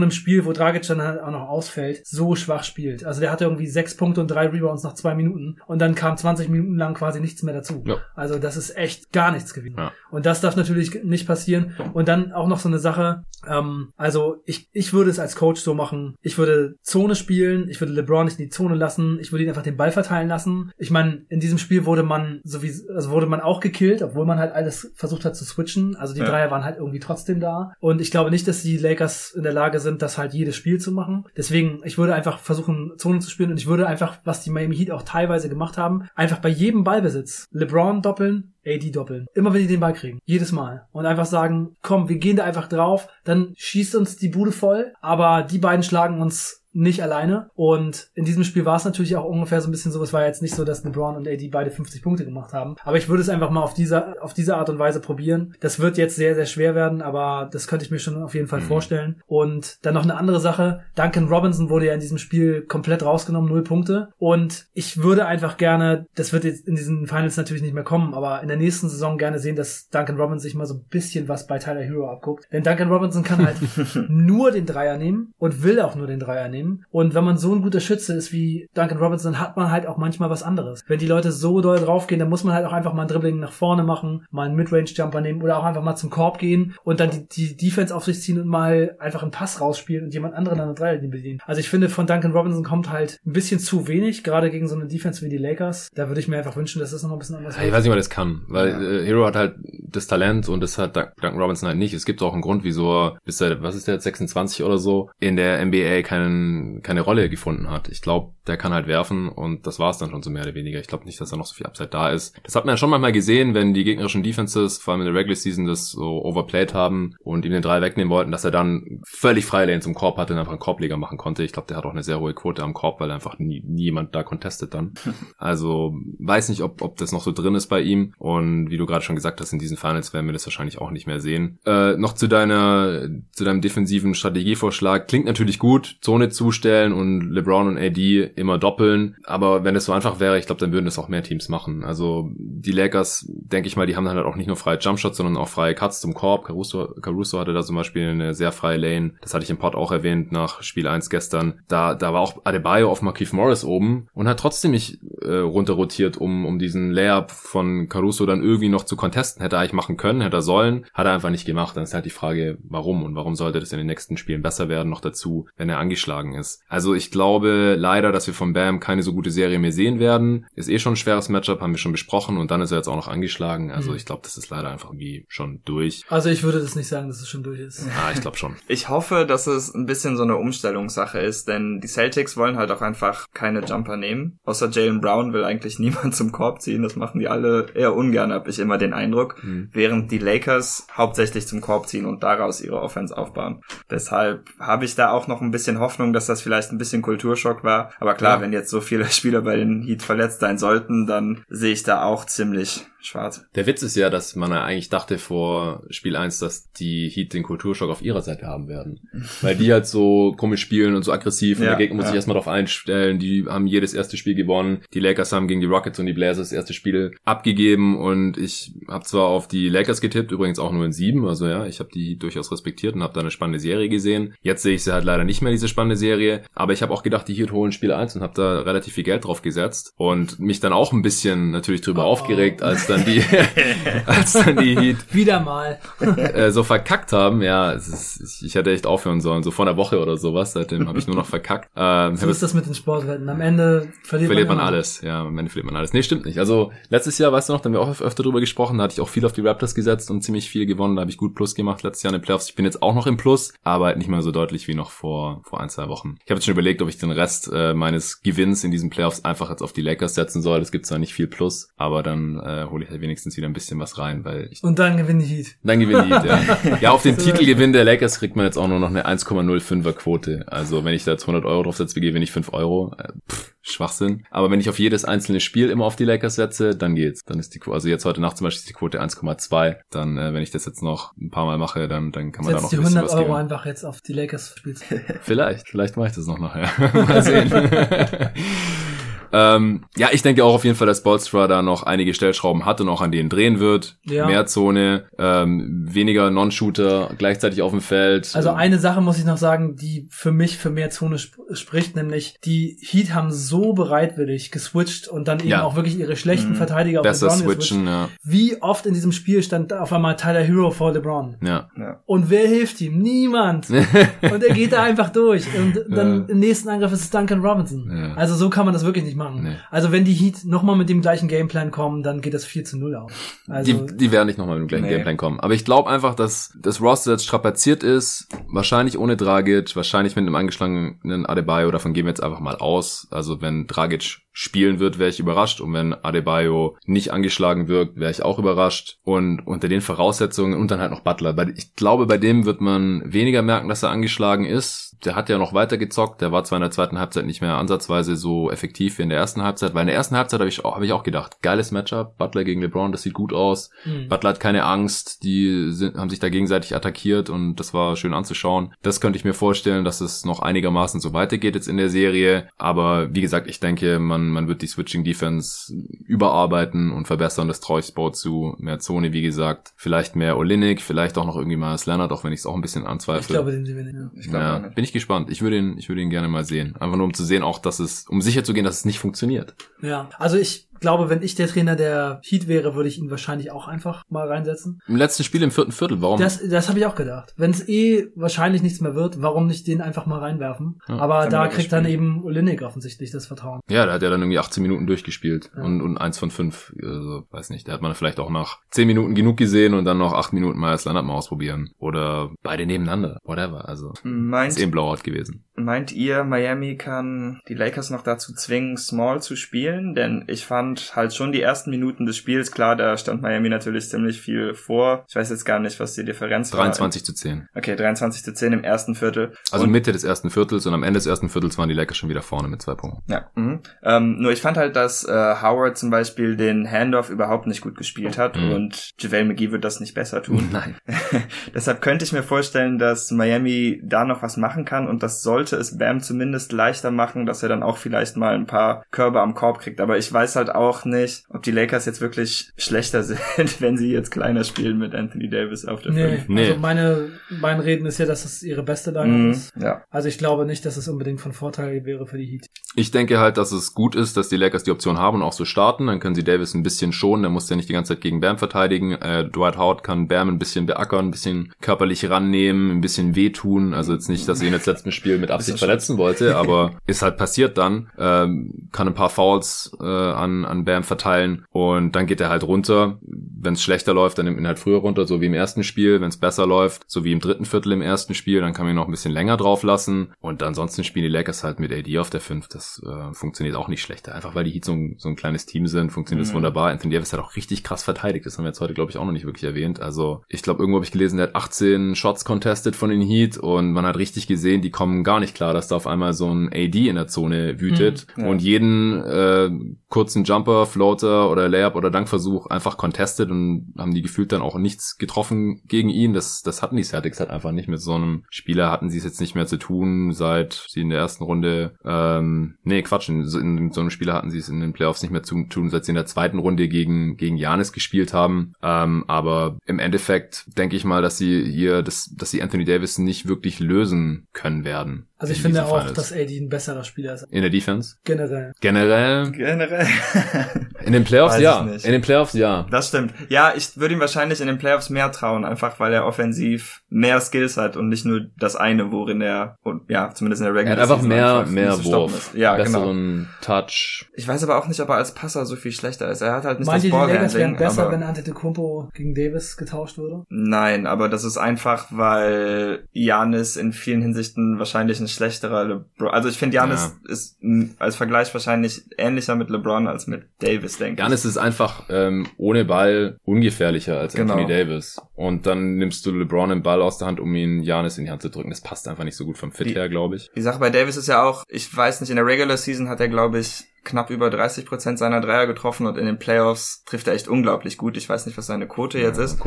wo Dragic dann halt auch noch ausfällt, so schwach spielt. Also der hatte irgendwie sechs Punkte und drei Rebounds nach zwei Minuten und dann kam zwanzig Minuten lang quasi nichts mehr dazu. Ja. Also das ist echt gar nichts gewesen. Ja. Und das darf natürlich nicht passieren. Und dann auch noch so eine Sache, ähm, also ich ich würde es als Coach so machen, ich würde Zone spielen, ich würde LeBron nicht in die Zone lassen, ich würde ihn einfach den Ball verteilen lassen. Ich meine, in diesem Spiel wurde man sowieso, also wurde man auch gekillt, obwohl man halt alles versucht hat zu switchen. Also die ja. Dreier waren halt irgendwie trotzdem da. Und ich glaube nicht, dass die Lakers in der Lage sind, das halt jedes Spiel zu machen. Deswegen, ich würde einfach versuchen, Zone zu spielen und ich würde einfach, was die Miami Heat auch teilweise gemacht haben, einfach bei jedem Ballbesitz LeBron doppeln, A D doppeln. Immer wenn die den Ball kriegen. Jedes Mal. Und einfach sagen, komm, wir gehen da einfach drauf, dann schießt uns die Bude voll, aber die beiden schlagen uns nicht alleine. Und in diesem Spiel war es natürlich auch ungefähr so ein bisschen so, es war jetzt nicht so, dass LeBron und A D beide fünfzig Punkte gemacht haben. Aber ich würde es einfach mal auf diese, auf diese Art und Weise probieren. Das wird jetzt sehr, sehr schwer werden, aber das könnte ich mir schon auf jeden Fall mhm. vorstellen. Und dann noch eine andere Sache. Duncan Robinson wurde ja in diesem Spiel komplett rausgenommen, null Punkte. Und ich würde einfach gerne, das wird jetzt in diesen Finals natürlich nicht mehr kommen, aber in der nächsten Saison gerne sehen, dass Duncan Robinson sich mal so ein bisschen was bei Tyler Hero abguckt. Denn Duncan Robinson kann halt nur den Dreier nehmen und will auch nur den Dreier nehmen. Und wenn man so ein guter Schütze ist wie Duncan Robinson, hat man halt auch manchmal was anderes. Wenn die Leute so doll draufgehen, dann muss man halt auch einfach mal ein Dribbling nach vorne machen, mal einen Midrange-Jumper nehmen oder auch einfach mal zum Korb gehen und dann die, die Defense auf sich ziehen und mal einfach einen Pass rausspielen und jemand anderen an der Dreierlinie bedienen. Also ich finde, von Duncan Robinson kommt halt ein bisschen zu wenig, gerade gegen so eine Defense wie die Lakers. Da würde ich mir einfach wünschen, dass das noch ein bisschen anders wird. Ich weiß nicht, ob das kann, weil ja. äh, Hero hat halt das Talent und das hat Duncan Robinson halt nicht. Es gibt auch einen Grund, wieso er bis er, was ist der, sechsundzwanzig oder so, in der N B A keinen keine Rolle gefunden hat. Ich glaube, der kann halt werfen und das war es dann schon so mehr oder weniger. Ich glaube nicht, dass da noch so viel Upside da ist. Das hat man ja schon manchmal gesehen, wenn die gegnerischen Defenses, vor allem in der Regular Season, das so overplayed haben und ihm den Drei wegnehmen wollten, dass er dann völlig freie Lane zum Korb hatte und einfach einen Korbleger machen konnte. Ich glaube, der hat auch eine sehr hohe Quote am Korb, weil einfach nie, nie jemand da contestet dann. Also weiß nicht, ob, ob das noch so drin ist bei ihm und wie du gerade schon gesagt hast, in diesen Finals werden wir das wahrscheinlich auch nicht mehr sehen. Äh, noch zu deiner, zu deinem defensiven Strategievorschlag. Klingt natürlich gut, Zone zustellen und LeBron und A D immer doppeln, aber wenn es so einfach wäre, ich glaube, dann würden das auch mehr Teams machen. Also die Lakers, denke ich mal, die haben dann halt auch nicht nur freie Jumpshots, sondern auch freie Cuts zum Korb. Caruso, Caruso hatte da zum Beispiel eine sehr freie Lane, das hatte ich im Pod auch erwähnt nach Spiel eins gestern. Da da war auch Adebayo auf Markieff Morris oben und hat trotzdem nicht äh, runterrotiert, um um diesen Layup von Caruso dann irgendwie noch zu contesten. Hätte er eigentlich machen können, hätte er sollen, hat er einfach nicht gemacht. Dann ist halt die Frage, warum und warum sollte das in den nächsten Spielen besser werden, noch dazu, wenn er angeschlagen ist. Also ich glaube leider, dass wir von Bam keine so gute Serie mehr sehen werden. Ist eh schon ein schweres Matchup, haben wir schon besprochen und dann ist er jetzt auch noch angeschlagen. Also ich glaube, das ist leider einfach irgendwie schon durch. Also ich würde das nicht sagen, dass es schon durch ist. Ah, ich glaube schon. Ich hoffe, dass es ein bisschen so eine Umstellungssache ist, denn die Celtics wollen halt auch einfach keine Jumper nehmen. Außer Jaylen Brown will eigentlich niemand zum Korb ziehen. Das machen die alle eher ungern, habe ich immer den Eindruck. Mhm. Während die Lakers hauptsächlich zum Korb ziehen und daraus ihre Offense aufbauen. Deshalb habe ich da auch noch ein bisschen Hoffnung, dass das vielleicht ein bisschen Kulturschock war. Aber klar, ja. Wenn jetzt so viele Spieler bei den Heat verletzt sein sollten, dann sehe ich da auch ziemlich schwarz. Der Witz ist ja, dass man ja eigentlich dachte vor Spiel eins, dass die Heat den Kulturschock auf ihrer Seite haben werden. Weil die halt so komisch spielen und so aggressiv und ja, der Gegner muss ja. sich erstmal darauf einstellen. Die haben jedes erste Spiel gewonnen. Die Lakers haben gegen die Rockets und die Blazers das erste Spiel abgegeben und ich habe zwar auf die Lakers getippt, übrigens auch nur in sieben, also ja, ich habe die Heat durchaus respektiert und habe da eine spannende Serie gesehen. Jetzt sehe ich sie halt leider nicht mehr, diese spannende Serie, aber ich habe auch gedacht, die Heat holen Spiel eins und habe da relativ viel Geld drauf gesetzt und mich dann auch ein bisschen natürlich drüber oh, aufgeregt, als dann die als dann die Heat wieder mal äh, so verkackt haben. Ja, es ist, ich hätte echt aufhören sollen, so vor einer Woche oder sowas. Seitdem habe ich nur noch verkackt. Ähm, so ist das mit den Sportwetten. Am Ende verliert, verliert man, man alles. Ja, am Ende verliert man alles. Nee, stimmt nicht. Also letztes Jahr, weißt du noch, da haben wir auch öfter drüber gesprochen, da hatte ich auch viel auf die Raptors gesetzt und ziemlich viel gewonnen. Da habe ich gut Plus gemacht letztes Jahr in den Playoffs. Ich bin jetzt auch noch im Plus, aber halt nicht mehr so deutlich wie noch vor vor ein, zwei Wochen. Ich habe jetzt schon überlegt, ob ich den Rest äh, meines Gewinns in diesen Playoffs einfach jetzt auf die Lakers setzen soll. Es gibt zwar nicht viel Plus, aber dann äh, hole ich halt wenigstens wieder ein bisschen was rein, weil ich und dann gewinnen die Heat. Dann gewinnen die Heat, ja. Ja, auf den Titelgewinn der Lakers kriegt man jetzt auch nur noch eine eins Komma null fünfer Quote. Also wenn ich da jetzt hundert Euro drauf setze, gewinne ich fünf Euro. Äh, pff, Schwachsinn. Aber wenn ich auf jedes einzelne Spiel immer auf die Lakers setze, dann geht's. Dann ist die Quote, also jetzt heute Nacht zum Beispiel ist die Quote eins Komma zwei. Dann, äh, wenn ich das jetzt noch ein paar Mal mache, dann, dann kann man Setz da noch ein bisschen was geben. hundert Euro einfach jetzt auf die Lakers spielst. Vielleicht, vielleicht mache ich das noch nachher. Mal sehen. ähm, ja, ich denke auch auf jeden Fall, dass Spoelstra da noch einige Stellschrauben hat und auch an denen drehen wird. Ja. Mehr Zone, ähm, weniger Non-Shooter gleichzeitig auf dem Feld. Also eine Sache muss ich noch sagen, die für mich für mehr Zone sp- spricht, nämlich die Heat haben so bereitwillig geswitcht und dann eben ja. auch wirklich ihre schlechten mhm. Verteidiger auf Besser LeBron switchen, geswitcht. Ja. Wie oft in diesem Spiel stand auf einmal Tyler Hero vor LeBron? Ja. ja. Und wer hilft ihm? Niemand. Und er geht da einfach durch. Und dann ja. im nächsten Angriff ist es Duncan Robinson. Ja. Also so kann man das wirklich nicht machen. Nee. Also wenn die Heat nochmal mit dem gleichen Gameplan kommen, dann geht das vier zu null aus. Also die, die werden nicht nochmal mit dem gleichen nee. Gameplan kommen. Aber ich glaube einfach, dass das Roster jetzt strapaziert ist. Wahrscheinlich ohne Dragic, wahrscheinlich mit einem angeschlagenen Adebayo. Davon gehen wir jetzt einfach mal aus. Also wenn Dragic spielen wird, wäre ich überrascht. Und wenn Adebayo nicht angeschlagen wirkt, wäre ich auch überrascht. Und unter den Voraussetzungen und dann halt noch Butler. Ich glaube, bei dem wird man weniger merken, dass er angeschlagen ist. Der hat ja noch weiter gezockt. Der war zwar in der zweiten Halbzeit nicht mehr ansatzweise so effektiv wie in der ersten Halbzeit. Weil in der ersten Halbzeit habe ich, hab ich auch gedacht, geiles Matchup. Butler gegen LeBron, das sieht gut aus. Mhm. Butler hat keine Angst. Die sind, haben sich da gegenseitig attackiert und das war schön anzuschauen. Das könnte ich mir vorstellen, dass es noch einigermaßen so weitergeht jetzt in der Serie. Aber wie gesagt, ich denke, man man wird die Switching Defense überarbeiten und verbessern. Das traue ich Spo zu. Mehr Zone, wie gesagt. Vielleicht mehr Olynyk, vielleicht auch noch irgendwie mal Leonard, auch wenn ich es auch ein bisschen anzweifle. Ich glaube, den sehen wir nicht. Ja. Ich glaube ja, nicht. Bin ich gespannt. Ich würde ihn, ich würde ihn gerne mal sehen. Einfach nur um zu sehen, auch, dass es, um sicher zu gehen, dass es nicht funktioniert. Ja, also ich glaube, wenn ich der Trainer der Heat wäre, würde ich ihn wahrscheinlich auch einfach mal reinsetzen. Im letzten Spiel im vierten Viertel, warum? Das, das habe ich auch gedacht. Wenn es eh wahrscheinlich nichts mehr wird, warum nicht den einfach mal reinwerfen? Ja, aber da kriegt dann eben Olynyk offensichtlich das Vertrauen. Ja, der hat ja dann irgendwie achtzehn Minuten durchgespielt ja. und, und eins von fünf, also, weiß nicht, da hat man vielleicht auch nach zehn Minuten genug gesehen und dann noch acht Minuten mal das Leonard mal ausprobieren. Oder beide nebeneinander, whatever, also meint, ist eben Blowout gewesen. Meint ihr, Miami kann die Lakers noch dazu zwingen, Small zu spielen? Denn ich fand halt schon die ersten Minuten des Spiels, klar, da stand Miami natürlich ziemlich viel vor. Ich weiß jetzt gar nicht, was die Differenz war. dreiundzwanzig zu zehn. Okay, dreiundzwanzig zu zehn im ersten Viertel. Also und Mitte des ersten Viertels und am Ende des ersten Viertels waren die Lakers schon wieder vorne mit zwei Punkten. Ja, mhm. ähm, nur ich fand halt, dass äh, Howard zum Beispiel den Handoff überhaupt nicht gut gespielt hat mhm. und JaVale McGee wird das nicht besser tun. Nein. Deshalb könnte ich mir vorstellen, dass Miami da noch was machen kann und das sollte es Bam zumindest leichter machen, dass er dann auch vielleicht mal ein paar Körbe am Korb kriegt. Aber ich weiß halt auch nicht, ob die Lakers jetzt wirklich schlechter sind, wenn sie jetzt kleiner spielen mit Anthony Davis auf der nee, fünf. Nee, also meine, mein Reden ist ja, dass es ihre beste Line mm, ist. Ja. Also ich glaube nicht, dass es unbedingt von Vorteil wäre für die Heat. Ich denke halt, dass es gut ist, dass die Lakers die Option haben und auch so starten. Dann können sie Davis ein bisschen schonen, der muss ja nicht die ganze Zeit gegen Bam verteidigen. Äh, Dwight Howard kann Bam ein bisschen beackern, ein bisschen körperlich rannehmen, ein bisschen wehtun. Also jetzt nicht, dass er ihn jetzt letzten Spiel mit Absicht verletzen wollte, aber ist halt passiert dann. Ähm, kann ein paar Fouls äh, an, an Bam verteilen und dann geht er halt runter. Wenn es schlechter läuft, dann nimmt ihn halt früher runter, so wie im ersten Spiel. Wenn es besser läuft, so wie im dritten Viertel im ersten Spiel, dann kann man ihn noch ein bisschen länger drauf lassen. Und ansonsten spielen die Lakers halt mit A D auf der fünf. Das äh, funktioniert auch nicht schlechter. Einfach weil die Heat so ein, so ein kleines Team sind, funktioniert das mhm. wunderbar. Anthony Davis hat auch richtig krass verteidigt. Das haben wir jetzt heute, glaube ich, auch noch nicht wirklich erwähnt. Also ich glaube, irgendwo habe ich gelesen, der hat achtzehn Shots contested von den Heat und man hat richtig gesehen, die kommen gar nicht klar, dass da auf einmal so ein A D in der Zone wütet mhm. ja. und jeden äh, kurzen Jumper, Floater oder Layup oder Dankversuch einfach contested und haben die gefühlt dann auch nichts getroffen gegen ihn. Das das hatten die Celtics halt einfach nicht. Mit so einem Spieler hatten sie es jetzt nicht mehr zu tun, seit sie in der ersten Runde ähm, nee, Quatsch, in, in so einem Spieler hatten sie es in den Playoffs nicht mehr zu tun, seit sie in der zweiten Runde gegen gegen Giannis gespielt haben. Ähm, aber im Endeffekt denke ich mal, dass sie hier, das, dass sie Anthony Davis nicht wirklich lösen können werden. Also ich finde auch, dass A D ein besserer Spieler ist. In der Defense? Generell. Generell? Generell. In den Playoffs, Weiß ja. Ich nicht. In den Playoffs, ja. Das stimmt. Ja, ich würde ihm wahrscheinlich in den Playoffs mehr trauen, einfach weil er offensiv mehr Skills hat und nicht nur das eine, worin er, und ja, zumindest in der Regular Season er hat einfach mehr, mehr Wurf. Ja, besseren genau. Touch. Ich weiß aber auch nicht, ob er als Passer so viel schlechter ist. Er hat halt nicht Meint das Ballhandling. Meint ihr, die Lakers wären besser, aber wenn Antetokounmpo gegen Davis getauscht würde? Nein, aber das ist einfach, weil Giannis in vielen Hinsichten wahrscheinlich ein schlechterer LeBron. Also ich finde, Giannis ja. ist m, als Vergleich wahrscheinlich ähnlicher mit LeBron als mit Davis, denke ich. Giannis ist einfach ähm, ohne Ball ungefährlicher als genau. Anthony Davis. Und dann nimmst du LeBron den Ball aus der Hand, um ihn Giannis in die Hand zu drücken. Das passt einfach nicht so gut vom Fit die, her, glaube ich. Die Sache bei Davis ist ja auch, ich weiß nicht, in der Regular Season hat er, glaube ich, knapp über dreißig Prozent seiner Dreier getroffen und in den Playoffs trifft er echt unglaublich gut. Ich weiß nicht, was seine Quote jetzt ja, ist. Gucken.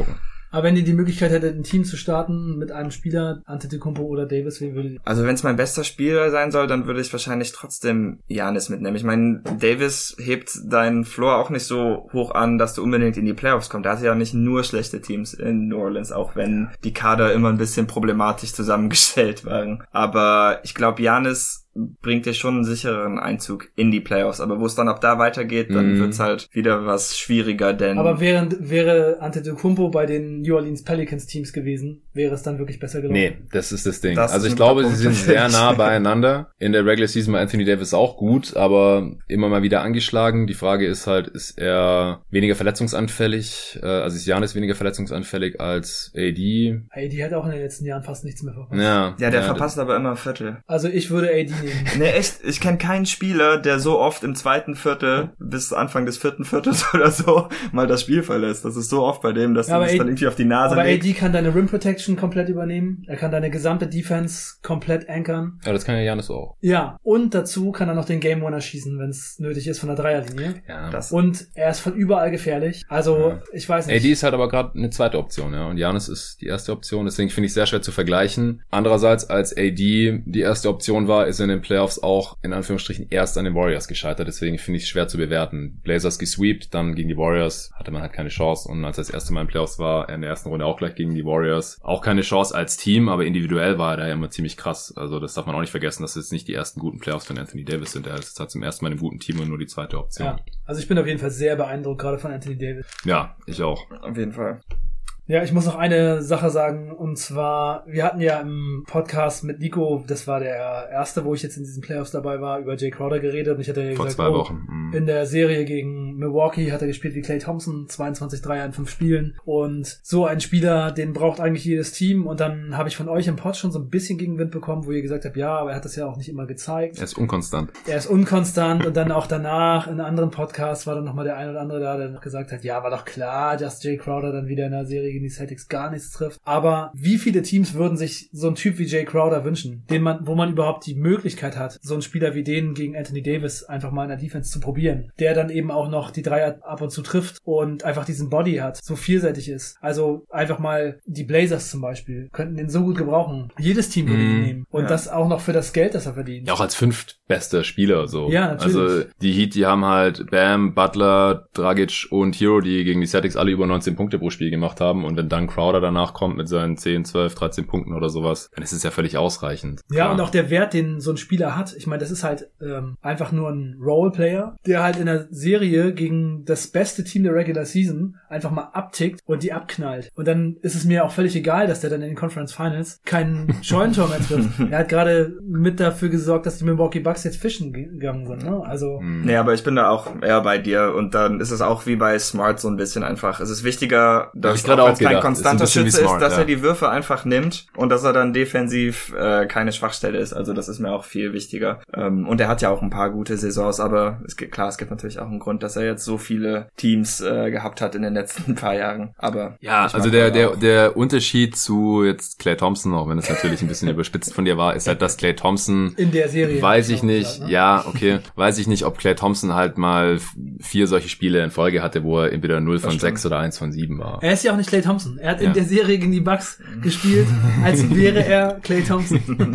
Aber wenn ihr die Möglichkeit hättet, ein Team zu starten mit einem Spieler, Antetokounmpo oder Davis, wen würdet ihr? Also wenn es mein bester Spieler sein soll, dann würde ich wahrscheinlich trotzdem Giannis mitnehmen. Ich meine, Davis hebt deinen Floor auch nicht so hoch an, dass du unbedingt in die Playoffs kommst. Da hast du ja nicht nur schlechte Teams in New Orleans, auch wenn die Kader immer ein bisschen problematisch zusammengestellt waren. Aber ich glaube, Giannis bringt dir schon einen sicheren Einzug in die Playoffs. Aber wo es dann ab da weitergeht, dann mm. wird's halt wieder was schwieriger, denn... Aber während, wäre Antetokounmpo bei den New Orleans Pelicans Teams gewesen, wäre es dann wirklich besser gelaufen? Nee, das ist das Ding. Das also ich glaube, sie sind sehr nah beieinander. In der Regular Season war Anthony Davis auch gut, aber immer mal wieder angeschlagen. Die Frage ist halt, ist er weniger verletzungsanfällig, äh, also ist Giannis weniger verletzungsanfällig als A D? A D hat auch in den letzten Jahren fast nichts mehr verpasst. Ja, ja der ja, verpasst aber immer ein Viertel. Also ich würde A D nehmen. Nee, echt, ich kenne keinen Spieler, der so oft im zweiten Viertel bis Anfang des vierten Viertels oder so mal das Spiel verlässt. Das ist so oft bei dem, dass ja, du das A D, dann irgendwie auf die Nase aber legst. A D kann deine Rim Protection komplett übernehmen. Er kann deine gesamte Defense komplett ankern. Ja, das kann ja Giannis auch. Ja, und dazu kann er noch den Game Winner schießen, wenn es nötig ist von der Dreierlinie. Ja. Das und er ist von überall gefährlich. Also, ja. ich weiß nicht. A D ist halt aber gerade eine zweite Option, ja. Und Giannis ist die erste Option. Deswegen finde ich es sehr schwer zu vergleichen. Andererseits, als A D die erste Option war, ist er in den Playoffs auch in Anführungsstrichen erst an den Warriors gescheitert. Deswegen finde ich es schwer zu bewerten. Blazers gesweept, dann gegen die Warriors hatte man halt keine Chance. Und als er das erste Mal in Playoffs war, in der ersten Runde auch gleich gegen die Warriors. Auch keine Chance als Team, aber individuell war er da ja immer ziemlich krass. Also das darf man auch nicht vergessen, dass es jetzt nicht die ersten guten Playoffs von Anthony Davis sind. Er ist jetzt halt zum ersten Mal in einem guten Team und nur die zweite Option. Ja, also ich bin auf jeden Fall sehr beeindruckt, gerade von Anthony Davis. Ja, ich auch. Auf jeden Fall. Ja, ich muss noch eine Sache sagen, und zwar, wir hatten ja im Podcast mit Nico, das war der erste, wo ich jetzt in diesen Playoffs dabei war, über Jay Crowder geredet, und ich hatte ja Vor gesagt, zwei oh, Wochen. Mhm. in der Serie gegen Milwaukee hat er gespielt wie Klay Thompson, zweiundzwanzig Dreier in fünf Spielen, und so ein Spieler, den braucht eigentlich jedes Team, und dann habe ich von euch im Pod schon so ein bisschen Gegenwind bekommen, wo ihr gesagt habt, ja, aber er hat das ja auch nicht immer gezeigt. Er ist unkonstant. Er ist unkonstant, und dann auch danach, in anderen Podcasts, war dann nochmal der ein oder andere da, der noch gesagt hat, ja, war doch klar, dass Jay Crowder dann wieder in der Serie gegen die Celtics gar nichts trifft. Aber wie viele Teams würden sich so einen Typ wie Jay Crowder wünschen, den man, wo man überhaupt die Möglichkeit hat, so einen Spieler wie den gegen Anthony Davis einfach mal in der Defense zu probieren, der dann eben auch noch die Dreier ab und zu trifft und einfach diesen Body hat, so vielseitig ist. Also einfach mal die Blazers zum Beispiel könnten den so gut gebrauchen. Jedes Team würde ihn mm, nehmen. Und ja. das auch noch für das Geld, das er verdient. Ja, auch als fünftbester Spieler, so. Ja, natürlich. Also, die Heat, die haben halt Bam, Butler, Dragic und Hero, die gegen die Celtics alle über neunzehn Punkte pro Spiel gemacht haben, und wenn dann Crowder danach kommt mit seinen zehn, zwölf, dreizehn Punkten oder sowas, dann ist es ja völlig ausreichend. Ja, Klar. und auch der Wert, den so ein Spieler hat, ich meine, das ist halt ähm, einfach nur ein Roleplayer, der halt in der Serie gegen das beste Team der Regular Season einfach mal abtickt und die abknallt. Und dann ist es mir auch völlig egal, dass der dann in den Conference Finals keinen Scheunentor mehr trifft. Er hat gerade mit dafür gesorgt, dass die Milwaukee Bucks jetzt fischen gegangen sind, ne? Also. Hm. Nee, aber ich bin da auch eher bei dir, und dann ist es auch wie bei Smart so ein bisschen einfach. Es ist wichtiger, dass auch auch wenn es kein gedacht. konstanter Ist ein Schütze Smart, ist, dass ja. er die Würfe einfach nimmt und dass er dann defensiv äh, keine Schwachstelle ist. Also das ist mir auch viel wichtiger. Ähm, und er hat ja auch ein paar gute Saisons, aber es gibt, klar, es gibt natürlich auch einen Grund, dass er jetzt so viele Teams äh, gehabt hat in den letzten paar Jahren. Aber ja, also der der der Unterschied zu jetzt Klay Thompson, auch wenn es natürlich ein bisschen überspitzt von dir war, ist halt, dass Klay Thompson in der Serie. weiß ich nicht, gesagt, ne? ja, okay, weiß ich nicht, ob Klay Thompson halt mal vier solche Spiele in Folge hatte, wo er entweder null von sechs oder eins von sieben war. Er ist ja auch nicht Klay Thompson. Er hat Ja. in der Serie gegen die Bucks gespielt, als wäre er Klay Thompson.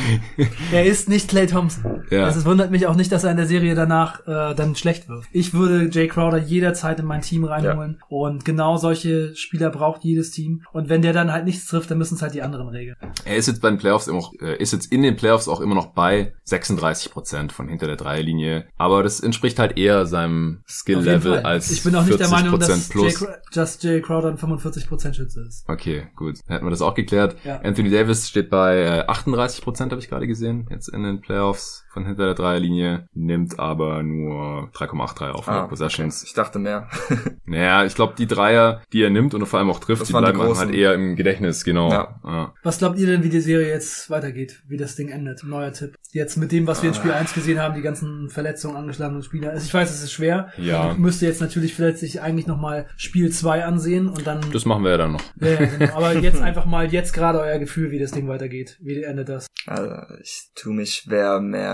Er ist nicht Klay Thompson. Ja. Also es wundert mich auch nicht, dass er in der Serie danach äh, dann schlecht wird. Ich würde Jay Crowder jederzeit in mein Team reinholen, ja. Und genau solche Spieler braucht jedes Team. Und wenn der dann halt nichts trifft, dann müssen es halt die anderen regeln. Er ist jetzt bei den Playoffs immer noch, äh, ist jetzt in den Playoffs auch immer noch bei sechsunddreißig Prozent von hinter der Dreierlinie. Aber das entspricht halt eher seinem Skill-Level als ich bin auch nicht der Meinung, dass plus. Jay, dass Jay Crowder ein fünfundvierzig Prozent Schütze ist. Okay, gut. Dann hätten wir das auch geklärt. Ja. Anthony Davis steht bei äh, achtunddreißig Prozent, habe ich gerade gesehen, jetzt in den Playoffs von hinter der Dreierlinie, nimmt aber nur drei Komma achtunddreißig auf ah, Possessions. Okay. Ich dachte mehr. Naja, ich glaube, die Dreier, die er nimmt und vor allem auch trifft, das die waren die bleiben einem großen. halt eher im Gedächtnis, genau. Ja. Ja. Was glaubt ihr denn, wie die Serie jetzt weitergeht? Wie das Ding endet? Neuer Tipp. Jetzt mit dem, was wir in Spiel eins gesehen haben, die ganzen Verletzungen, angeschlagenen Spieler. Also ich weiß, es ist schwer. Ja. Man müsste jetzt natürlich vielleicht sich eigentlich nochmal Spiel zwei ansehen und dann... Das machen wir ja dann noch. Ja, ja, genau. Aber jetzt einfach mal, jetzt gerade euer Gefühl, wie das Ding weitergeht. Wie endet das? Also ich tue mich schwer, mehr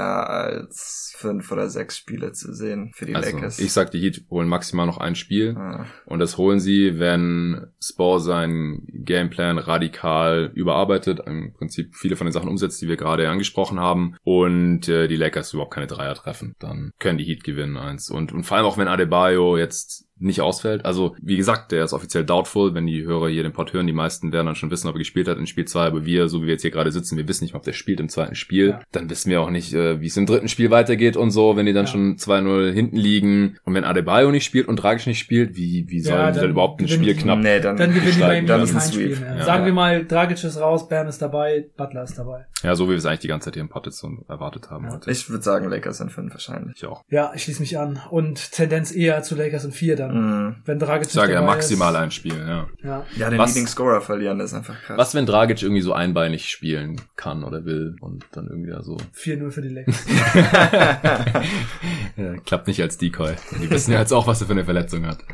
mehr als fünf oder sechs Spiele zu sehen für die also, Lakers. Ich sag, die Heat holen maximal noch ein Spiel. Ah. Und das holen sie, wenn Spo seinen Gameplan radikal überarbeitet, im Prinzip viele von den Sachen umsetzt, die wir gerade angesprochen haben, und äh, die Lakers überhaupt keine Dreier treffen. Dann können die Heat gewinnen eins. Und, und vor allem auch, wenn Adebayo jetzt nicht ausfällt. Also, wie gesagt, der ist offiziell doubtful. Wenn die Hörer hier den Pod hören, die meisten werden dann schon wissen, ob er gespielt hat in Spiel zwei. Aber wir, so wie wir jetzt hier gerade sitzen, wir wissen nicht, ob der spielt im zweiten Spiel. Ja. Dann wissen wir auch nicht, äh, wie es im dritten Spiel weitergeht und so, wenn die dann ja. schon zwei null hinten liegen. Und wenn Adebayo nicht spielt und Dragic nicht spielt, wie, wie sollen ja, die dann überhaupt ein Spiel knapp nee, dann, dann gewinnen die bei ihm dann kein Spiel mehr. Ja. Sagen ja. wir mal, Dragic ist raus, Bam ist dabei, Butler ist dabei. Ja, so wie wir es eigentlich die ganze Zeit hier im Pod jetzt so erwartet haben. Ja. Heute. Ich würde sagen, Lakers in fünf wahrscheinlich. Ich auch. Ja, ich schließe mich an. Und Tendenz eher zu Lakers in vier dann. Mhm. Wenn Dragic ich sage ja maximal ist. ein Spiel, ja. Ja, ja den Leading Scorer verlieren, das ist einfach krass. Was, wenn Dragic irgendwie so einbeinig spielen kann oder will und dann irgendwie da so... vier null für die Lakers. ja, klappt nicht als Decoy. Die wissen ja jetzt auch, was er für eine Verletzung hat.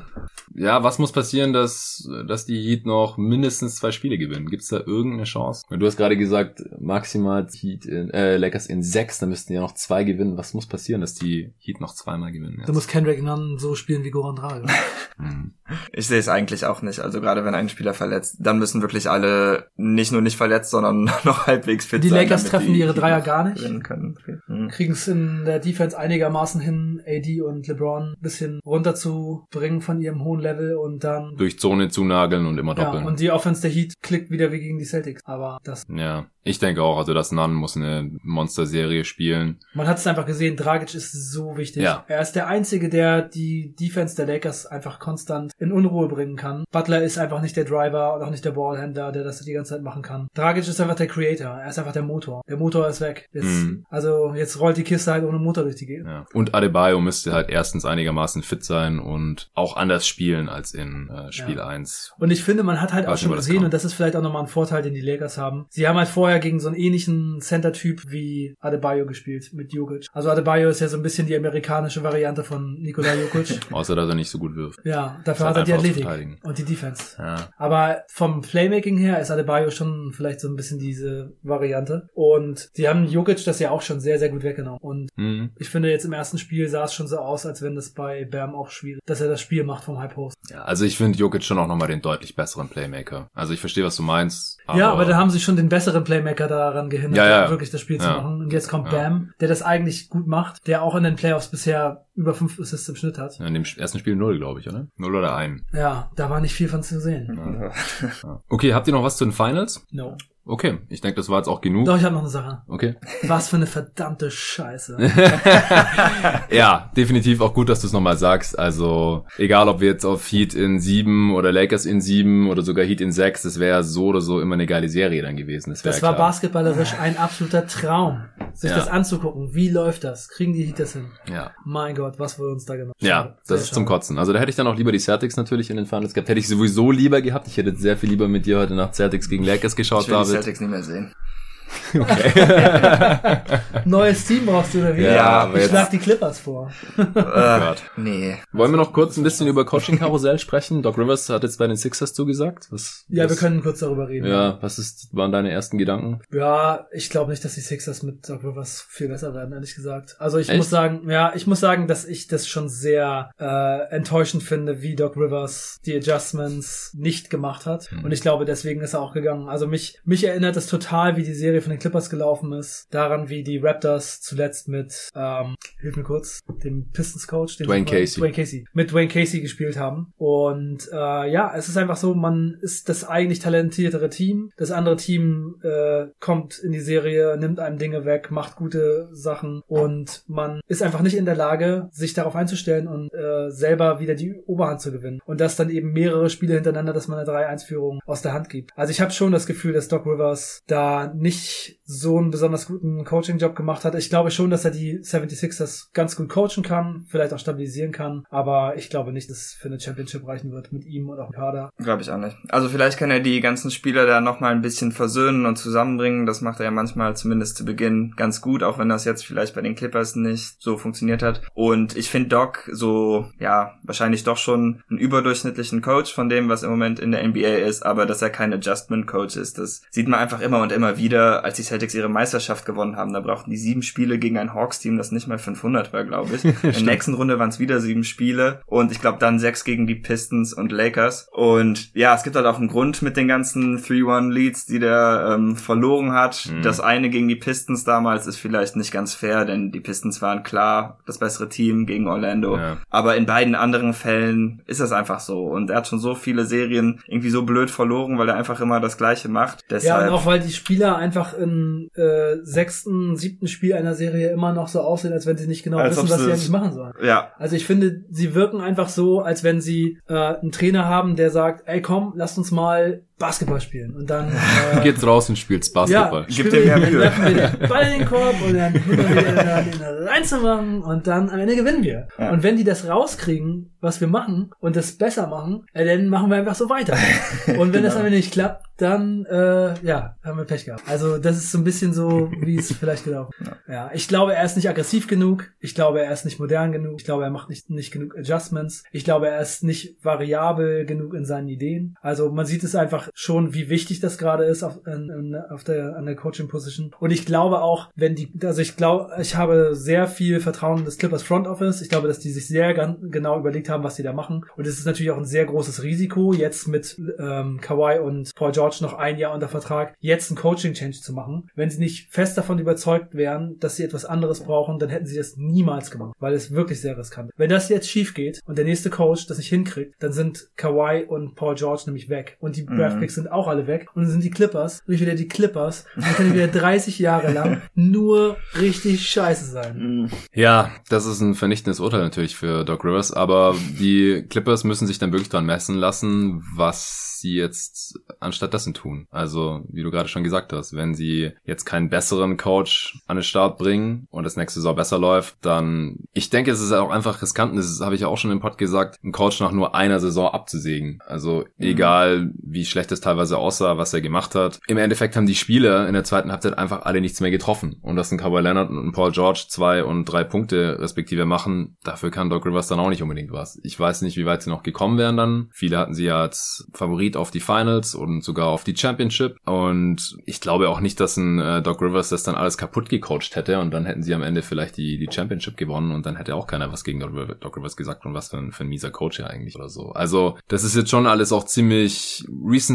Ja, was muss passieren, dass dass die Heat noch mindestens zwei Spiele gewinnen? Gibt's da irgendeine Chance? Du hast gerade gesagt, maximal Heat in, äh, Lakers in sechs, dann müssten ja noch zwei gewinnen. Was muss passieren, dass die Heat noch zweimal gewinnen? Jetzt? Da muss Kendrick Nunn so spielen wie Goran Dragic. hm. Ich sehe es eigentlich auch nicht. Also gerade wenn ein Spieler verletzt, dann müssen wirklich alle nicht nur nicht verletzt, sondern noch halbwegs fit die sein. Die Lakers treffen die ihre Dreier gar nicht. Können. Okay. Hm. Kriegen es in der Defense einigermaßen hin, A D und LeBron ein bisschen runterzubringen von ihrem hohen Level und dann durch Zone zunageln und immer doppeln. Ja, und die Offense der Heat klickt wieder wie gegen die Celtics. Aber das... Ja, ich denke auch, also das Nunn muss eine Monster-Serie spielen. Man hat es einfach gesehen, Dragic ist so wichtig. Ja. Er ist der Einzige, der die Defense der Lakers einfach konstant in Unruhe bringen kann. Butler ist einfach nicht der Driver und auch nicht der Ballhändler, der das die ganze Zeit machen kann. Dragic ist einfach der Creator. Er ist einfach der Motor. Der Motor ist weg. Jetzt, mm. Also jetzt rollt die Kiste halt ohne Motor durch die Gegend. Ja. Und Adebayo müsste halt erstens einigermaßen fit sein und auch anders spielen als in äh, Spiel ja. eins. Und ich finde, man hat halt auch schon gesehen, und das ist vielleicht auch nochmal ein Vorteil, den die Lakers haben. Sie haben halt vorher gegen so einen ähnlichen Center-Typ wie Adebayo gespielt mit Jokic. Also Adebayo ist ja so ein bisschen die amerikanische Variante von Nikola Jokic. Außer, dass er nicht so gut wirft. Ja, dafür hat er die Athletik und die Defense. Ja. Aber vom Playmaking her ist Adebayo schon vielleicht so ein bisschen diese Variante. Und sie haben Jokic das ja auch schon sehr, sehr gut weggenommen. Und mhm. ich finde, jetzt im ersten Spiel sah es schon so aus, als wenn das bei Bam auch schwierig ist, dass er das Spiel macht vom High Post. Ja, also ich finde Jokic schon auch nochmal den deutlich besseren Playmaker. Also ich verstehe, was du meinst. Aber ja, aber da haben sie schon den besseren Playmaker daran gehindert, ja, ja. wirklich das Spiel ja. zu machen. Und jetzt kommt ja. Bam, der das eigentlich gut macht, der auch in den Playoffs bisher über fünf Assists im Schnitt hat. Ja, in dem ersten Spiel null, glaube ich, oder? Null oder ein. Ja, da war nicht viel von zu sehen. Ja. Okay, habt ihr noch was zu den Finals? No. Okay, ich denke, das war jetzt auch genug. Doch, ich habe noch eine Sache. Okay. Was für eine verdammte Scheiße. Ja, definitiv auch gut, dass du es nochmal sagst. Also, egal ob wir jetzt auf Heat in sieben oder Lakers in sieben oder sogar Heat in sechs, das wäre so oder so immer eine geile Serie dann gewesen. Das, das war klar. Basketballerisch ein absoluter Traum, sich ja. das anzugucken. Wie läuft das? Kriegen die Heat das hin? Ja. Mein Gott, was wurde uns da genommen? Ja, das ist schade. Zum Kotzen. Also da hätte ich dann auch lieber die Celtics natürlich in den Finals gehabt. Hätte ich sowieso lieber gehabt. Ich hätte sehr viel lieber mit dir heute Nacht Celtics gegen Lakers geschaut, David. Celtics nicht mehr sehen. Okay. Neues Team brauchst du, oder wie? Ja, aber ich jetzt... schlag die Clippers vor. Oh Gott. Nee. Wollen wir noch kurz ein bisschen über Coaching-Karussell sprechen? Doc Rivers hat jetzt bei den Sixers zugesagt. Was, ja, was, wir können kurz darüber reden. Ja, was ist, waren deine ersten Gedanken? Ja, ich glaube nicht, dass die Sixers mit Doc Rivers viel besser werden, ehrlich gesagt. Also ich Echt? muss sagen, ja, ich muss sagen, dass ich das schon sehr äh, enttäuschend finde, wie Doc Rivers die Adjustments nicht gemacht hat. Hm. Und ich glaube, deswegen ist er auch gegangen. Also mich, mich erinnert es total, wie die Serie von den Clippers gelaufen ist, daran, wie die Raptors zuletzt mit, ähm, hilf mir kurz, dem Pistons-Coach, den Dwayne Casey. Dwayne Casey, mit Dwayne Casey gespielt haben. Und äh, ja, es ist einfach so, man ist das eigentlich talentiertere Team. Das andere Team äh, kommt in die Serie, nimmt einem Dinge weg, macht gute Sachen und man ist einfach nicht in der Lage, sich darauf einzustellen und äh, selber wieder die Oberhand zu gewinnen. Und das dann eben mehrere Spiele hintereinander, dass man eine drei eins Führung aus der Hand gibt. Also ich habe schon das Gefühl, dass Doc Rivers da nicht so einen besonders guten Coaching-Job gemacht hat. Ich glaube schon, dass er die seventy-sixers ganz gut coachen kann, vielleicht auch stabilisieren kann, aber ich glaube nicht, dass es für eine Championship reichen wird mit ihm und auch mit Kader. Glaube ich auch nicht. Also vielleicht kann er die ganzen Spieler da nochmal ein bisschen versöhnen und zusammenbringen. Das macht er ja manchmal zumindest zu Beginn ganz gut, auch wenn das jetzt vielleicht bei den Clippers nicht so funktioniert hat. Und ich finde Doc so, ja, wahrscheinlich doch schon einen überdurchschnittlichen Coach von dem, was im Moment in der N B A ist, aber dass er kein Adjustment-Coach ist, das sieht man einfach immer und immer wieder. Als die die Celtics ihre Meisterschaft gewonnen haben. Da brauchten die sieben Spiele gegen ein Hawks-Team, das nicht mal fünfhundert war, glaube ich. In der nächsten Runde waren es wieder sieben Spiele und ich glaube dann sechs gegen die Pistons und Lakers. Und ja, es gibt halt auch einen Grund mit den ganzen drei eins Leads, die der ähm, verloren hat. Mhm. Das eine gegen die Pistons damals ist vielleicht nicht ganz fair, denn die Pistons waren klar das bessere Team gegen Orlando. Ja. Aber in beiden anderen Fällen ist das einfach so. Und er hat schon so viele Serien irgendwie so blöd verloren, weil er einfach immer das Gleiche macht. Deshalb ja, und auch weil die Spieler einfach im äh, sechsten, siebten Spiel einer Serie immer noch so aussehen, als wenn sie nicht genau als wissen, was sie eigentlich machen sollen. Ja. Also ich finde, sie wirken einfach so, als wenn sie äh, einen Trainer haben, der sagt, ey komm, lasst uns mal Basketball spielen. Und dann äh, geht's raus und spielt's Basketball. Ja, gibt dir mehr Mühe. Dann werfen wir den Ball in den Korb und dann versuchen wir den reinzumachen und dann am Ende gewinnen wir. Ja. Und wenn die das rauskriegen, was wir machen und das besser machen, äh, dann machen wir einfach so weiter. Und wenn genau. das am Ende nicht klappt, dann äh, ja, haben wir Pech gehabt. Also das ist so ein bisschen so, wie es vielleicht gelaufen ist. Ja. ja, ich glaube, er ist nicht aggressiv genug. Ich glaube, er ist nicht modern genug. Ich glaube, er macht nicht, nicht genug Adjustments. Ich glaube, er ist nicht variabel genug in seinen Ideen. Also man sieht es einfach schon, wie wichtig das gerade ist auf, in, auf der, an der Coaching-Position. Und ich glaube auch, wenn die, also ich glaube, ich habe sehr viel Vertrauen in das Clippers Front Office. Ich glaube, dass die sich sehr ganz genau überlegt haben, was sie da machen. Und es ist natürlich auch ein sehr großes Risiko, jetzt mit ähm, Kawhi und Paul George noch ein Jahr unter Vertrag, jetzt einen Coaching-Change zu machen. Wenn sie nicht fest davon überzeugt wären, dass sie etwas anderes brauchen, dann hätten sie das niemals gemacht, weil es wirklich sehr riskant ist. Wenn das jetzt schief geht und der nächste Coach das nicht hinkriegt, dann sind Kawhi und Paul George nämlich weg. Und die Draftpicks mhm. sind auch alle weg. Und dann sind die Clippers, und wieder die Clippers, und dann können wieder dreißig Jahre lang nur richtig scheiße sein. Ja, das ist ein vernichtendes Urteil natürlich für Doc Rivers, aber die Clippers müssen sich dann wirklich dran messen lassen, was sie jetzt anstattdessen tun. Also, wie du gerade schon gesagt hast, wenn sie jetzt keinen besseren Coach an den Start bringen und das nächste Saison besser läuft, dann, ich denke, es ist auch einfach riskant, das habe ich ja auch schon im Pod gesagt, einen Coach nach nur einer Saison abzusägen. Also, mhm. egal, wie schlecht es teilweise aussah, was er gemacht hat. Im Endeffekt haben die Spieler in der zweiten Halbzeit einfach alle nichts mehr getroffen. Und dass ein Kawhi Leonard und ein Paul George zwei und drei Punkte respektive machen, dafür kann Doc Rivers dann auch nicht unbedingt was. Ich weiß nicht, wie weit sie noch gekommen wären dann. Viele hatten sie ja als Favorit auf die Finals und sogar auf die Championship. Und ich glaube auch nicht, dass ein äh, Doc Rivers das dann alles kaputt gecoacht hätte und dann hätten sie am Ende vielleicht die die Championship gewonnen und dann hätte auch keiner was gegen Doc Rivers gesagt und was für ein, für ein mieser Coach ja eigentlich oder so. Also das ist jetzt schon alles auch ziemlich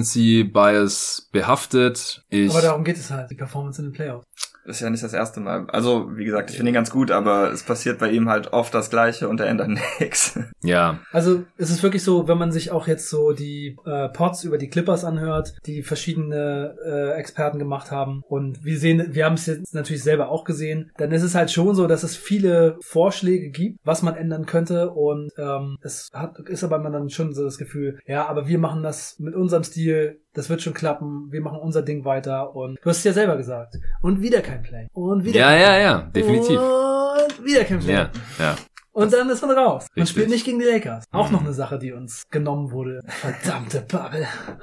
Recency-Bias behaftet. Ich aber darum geht es halt, die Performance in den Playoffs. Das ist ja nicht das erste Mal. Also, wie gesagt, ich finde ihn ganz gut, aber es passiert bei ihm halt oft das Gleiche und er ändert nichts. Ja. Also, es ist wirklich so, wenn man sich auch jetzt so die äh, Pods über die Clippers anhört, die verschiedene äh, Experten gemacht haben und wir sehen, wir haben es jetzt natürlich selber auch gesehen, dann ist es halt schon so, dass es viele Vorschläge gibt, was man ändern könnte und ähm, es hat, ist aber man dann schon so das Gefühl, ja, aber wir machen das mit unserem Stil, das wird schon klappen, wir machen unser Ding weiter und du hast es ja selber gesagt. Und wieder kein Play. Und wieder Ja, kein ja, Play. ja, definitiv. Und wieder kein Play. Ja, ja. Und dann ist man raus. Man Richtig. spielt nicht gegen die Lakers. Auch mhm. noch eine Sache, die uns genommen wurde. Verdammte Bubble.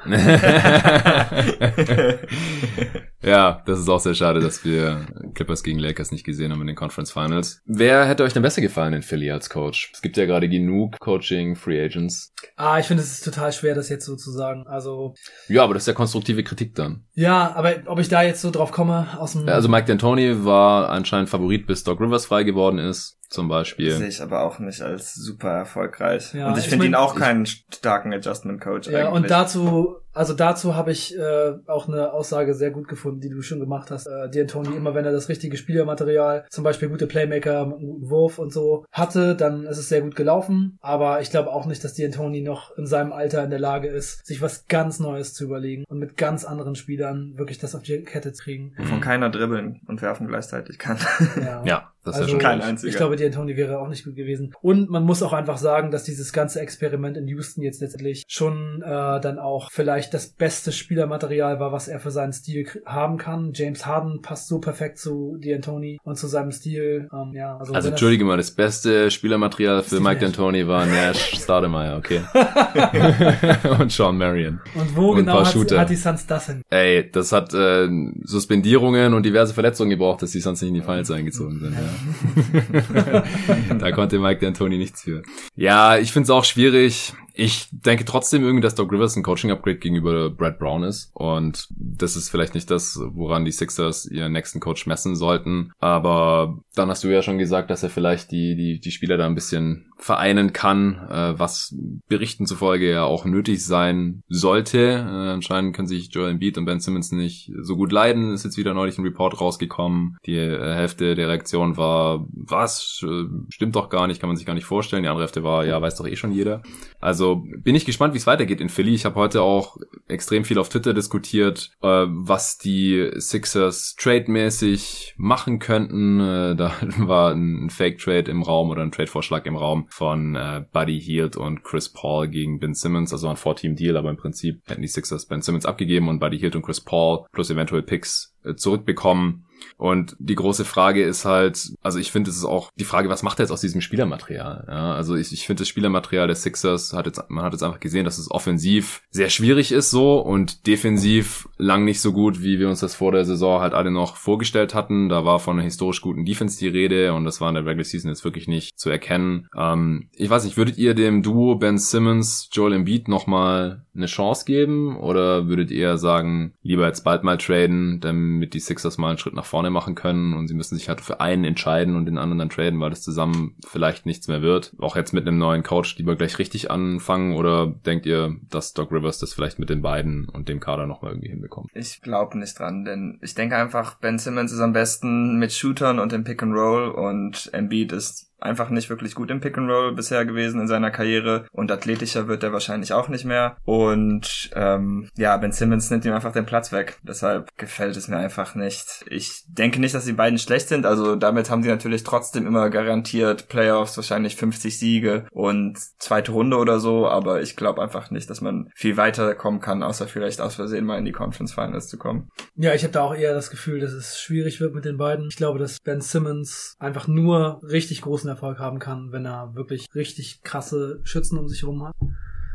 Ja, das ist auch sehr schade, dass wir Clippers gegen Lakers nicht gesehen haben in den Conference Finals. Wer hätte euch denn besser gefallen in Philly als Coach? Es gibt ja gerade genug Coaching, Free Agents. Ah, ich finde, es ist total schwer, das jetzt so zu sagen. Also. Ja, aber das ist ja konstruktive Kritik dann. Ja, aber ob ich da jetzt so drauf komme, aus dem... Also Mike D'Antoni war anscheinend Favorit, bis Doc Rivers frei geworden ist. Zum Beispiel. Sehe ich aber auch nicht als super erfolgreich. Ja, und ich, ich finde ihn auch keinen starken Adjustment-Coach ja, eigentlich. Und dazu, also dazu habe ich äh, auch eine Aussage sehr gut gefunden, die du schon gemacht hast. Äh, D'Antoni, immer wenn er das richtige Spielermaterial, zum Beispiel gute Playmaker mit einem guten Wurf und so hatte, dann ist es sehr gut gelaufen. Aber ich glaube auch nicht, dass D'Antoni noch in seinem Alter in der Lage ist, sich was ganz Neues zu überlegen und mit ganz anderen Spielern wirklich das auf die Kette zu kriegen. Wovon keiner dribbeln und werfen gleichzeitig kann. Ja. Ja. Das ist also, ja schon kein einziger. Ich glaube, D'Antoni wäre auch nicht gut gewesen. Und man muss auch einfach sagen, dass dieses ganze Experiment in Houston jetzt letztendlich schon äh, dann auch vielleicht das beste Spielermaterial war, was er für seinen Stil haben kann. James Harden passt so perfekt zu D'Antoni und zu seinem Stil. Ähm, ja, also also entschuldige mal, das beste Spielermaterial für Steve Mike D'Antoni war Nash Stoudemire, okay. Und Sean Marion. Und wo und genau hat, Shooter. hat die Suns das hin? Ey, das hat äh, Suspendierungen und diverse Verletzungen gebraucht, dass die Suns nicht in die Finals eingezogen sind. Ja. Da konnte Mike D'Antoni nichts für. Ja, ich find's auch schwierig. Ich denke trotzdem irgendwie, dass Doc Rivers ein Coaching-Upgrade gegenüber Brad Brown ist und das ist vielleicht nicht das, woran die Sixers ihren nächsten Coach messen sollten, aber dann hast du ja schon gesagt, dass er vielleicht die die die Spieler da ein bisschen vereinen kann, äh, was Berichten zufolge ja auch nötig sein sollte. Äh, anscheinend können sich Joel Embiid und Ben Simmons nicht so gut leiden. Ist jetzt wieder neulich ein Report rausgekommen. Die äh, Hälfte der Reaktion war, was? Äh, stimmt doch gar nicht, kann man sich gar nicht vorstellen. Die andere Hälfte war, ja, weiß doch eh schon jeder. Also bin ich gespannt, wie es weitergeht in Philly. Ich habe heute auch extrem viel auf Twitter diskutiert, äh, was die Sixers trademäßig machen könnten. Äh, da war ein Fake-Trade im Raum oder ein Trade-Vorschlag im Raum von äh, Buddy Hield und Chris Paul gegen Ben Simmons, also ein Four-Team-Deal, aber im Prinzip hätten die Sixers Ben Simmons abgegeben und Buddy Hield und Chris Paul plus eventuell Picks äh, zurückbekommen. Und die große Frage ist halt, also ich finde, es ist auch die Frage, was macht er jetzt aus diesem Spielermaterial? Ja, also ich, ich finde, das Spielermaterial der Sixers hat jetzt, man hat jetzt einfach gesehen, dass es offensiv sehr schwierig ist so und defensiv lang nicht so gut, wie wir uns das vor der Saison halt alle noch vorgestellt hatten. Da war von einer historisch guten Defense die Rede und das war in der Regular Season jetzt wirklich nicht zu erkennen. Ähm, ich weiß nicht, würdet ihr dem Duo Ben Simmons, Joel Embiid nochmal eine Chance geben oder würdet ihr sagen, lieber jetzt bald mal traden, damit die Sixers mal einen Schritt nach vorne machen können und sie müssen sich halt für einen entscheiden und den anderen dann traden, weil das zusammen vielleicht nichts mehr wird. Auch jetzt mit einem neuen Coach lieber gleich richtig anfangen oder denkt ihr, dass Doc Rivers das vielleicht mit den beiden und dem Kader nochmal irgendwie hinbekommt? Ich glaube nicht dran, denn ich denke einfach, Ben Simmons ist am besten mit Shootern und im Pick and Roll und Embiid ist einfach nicht wirklich gut im Pick and Roll bisher gewesen in seiner Karriere und athletischer wird er wahrscheinlich auch nicht mehr und ähm, ja, Ben Simmons nimmt ihm einfach den Platz weg, deshalb gefällt es mir einfach nicht. Ich denke nicht, dass die beiden schlecht sind, also damit haben sie natürlich trotzdem immer garantiert Playoffs, wahrscheinlich fünfzig Siege und zweite Runde oder so, aber ich glaube einfach nicht, dass man viel weiter kommen kann, außer vielleicht aus Versehen mal in die Conference Finals zu kommen. Ja, ich habe da auch eher das Gefühl, dass es schwierig wird mit den beiden. Ich glaube, dass Ben Simmons einfach nur richtig großen Erfolg haben kann, wenn er wirklich richtig krasse Schützen um sich herum hat.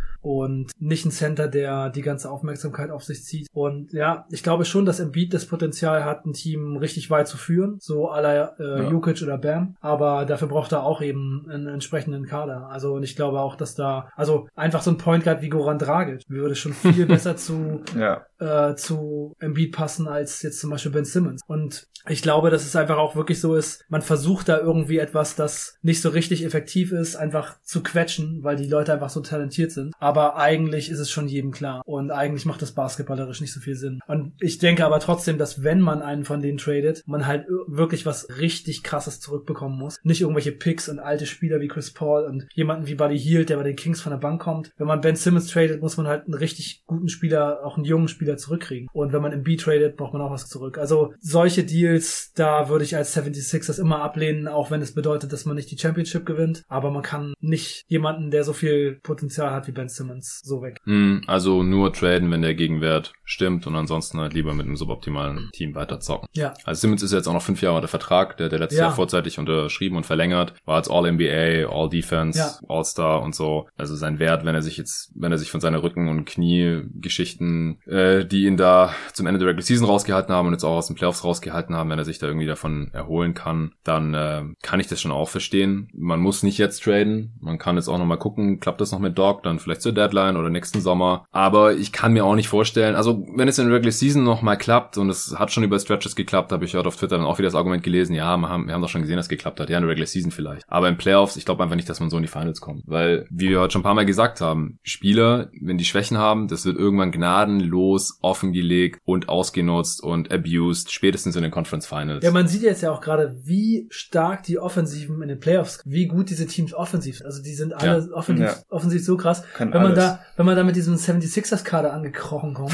Und nicht ein Center, der die ganze Aufmerksamkeit auf sich zieht. Und ja, ich glaube schon, dass Embiid das Potenzial hat, ein Team richtig weit zu führen, so à la äh, ja. Jokic oder Bam. Aber dafür braucht er auch eben einen entsprechenden Kader. Also und ich glaube auch, dass da, also einfach so ein Point Guard wie Goran Dragic würde schon viel besser zu ja. äh, zu Embiid passen als jetzt zum Beispiel Ben Simmons. Und ich glaube, dass es einfach auch wirklich so ist, man versucht da irgendwie etwas, das nicht so richtig effektiv ist, einfach zu quetschen, weil die Leute einfach so talentiert sind. Aber eigentlich ist es schon jedem klar. Und eigentlich macht das basketballerisch nicht so viel Sinn. Und ich denke aber trotzdem, dass wenn man einen von denen tradet, man halt wirklich was richtig Krasses zurückbekommen muss. Nicht irgendwelche Picks und alte Spieler wie Chris Paul und jemanden wie Buddy Hield, der bei den Kings von der Bank kommt. Wenn man Ben Simmons tradet, muss man halt einen richtig guten Spieler, auch einen jungen Spieler zurückkriegen. Und wenn man Embiid tradet, braucht man auch was zurück. Also solche Deals, da würde ich als seventy-sixers immer ablehnen, auch wenn es bedeutet, dass man nicht die Championship gewinnt. Aber man kann nicht jemanden, der so viel Potenzial hat wie Ben Simmons, so weg. Also nur traden, wenn der Gegenwert stimmt und ansonsten halt lieber mit einem suboptimalen Team weiter zocken. Ja. Also Simmons ist jetzt auch noch fünf Jahre unter Vertrag, der der letztes ja. Jahr vorzeitig unterschrieben und verlängert, war als All-N B A, All-Defense, ja. All-Star und so. Also sein Wert, wenn er sich jetzt, wenn er sich von seiner Rücken- und Knie-Geschichten, äh, die ihn da zum Ende der Regular Season rausgehalten haben und jetzt auch aus den Playoffs rausgehalten haben, wenn er sich da irgendwie davon erholen kann, dann äh, kann ich das schon auch verstehen. Man muss nicht jetzt traden, man kann jetzt auch nochmal gucken, klappt das noch mit Doc, dann vielleicht zur Deadline oder nächsten Sommer. Aber ich kann mir auch nicht vorstellen, also wenn es in der Regular Season nochmal klappt und es hat schon über Stretches geklappt, habe ich heute auf Twitter dann auch wieder das Argument gelesen, ja, wir haben, wir haben doch schon gesehen, dass es geklappt hat. Ja, in der Regular Season vielleicht. Aber in Playoffs, ich glaube einfach nicht, dass man so in die Finals kommt. Weil, wie wir heute schon ein paar Mal gesagt haben, Spieler, wenn die Schwächen haben, das wird irgendwann gnadenlos offengelegt und ausgenutzt und abused, spätestens in den Conference Finals. Ja, man sieht jetzt ja auch gerade, wie stark die Offensiven in den Playoffs, wie gut diese Teams offensiv sind. Also die sind alle ja. offensiv, ja. offensiv so krass. Können wenn man alles. da, wenn man da mit diesem seventy-sixers-Kader angekrochen kommt,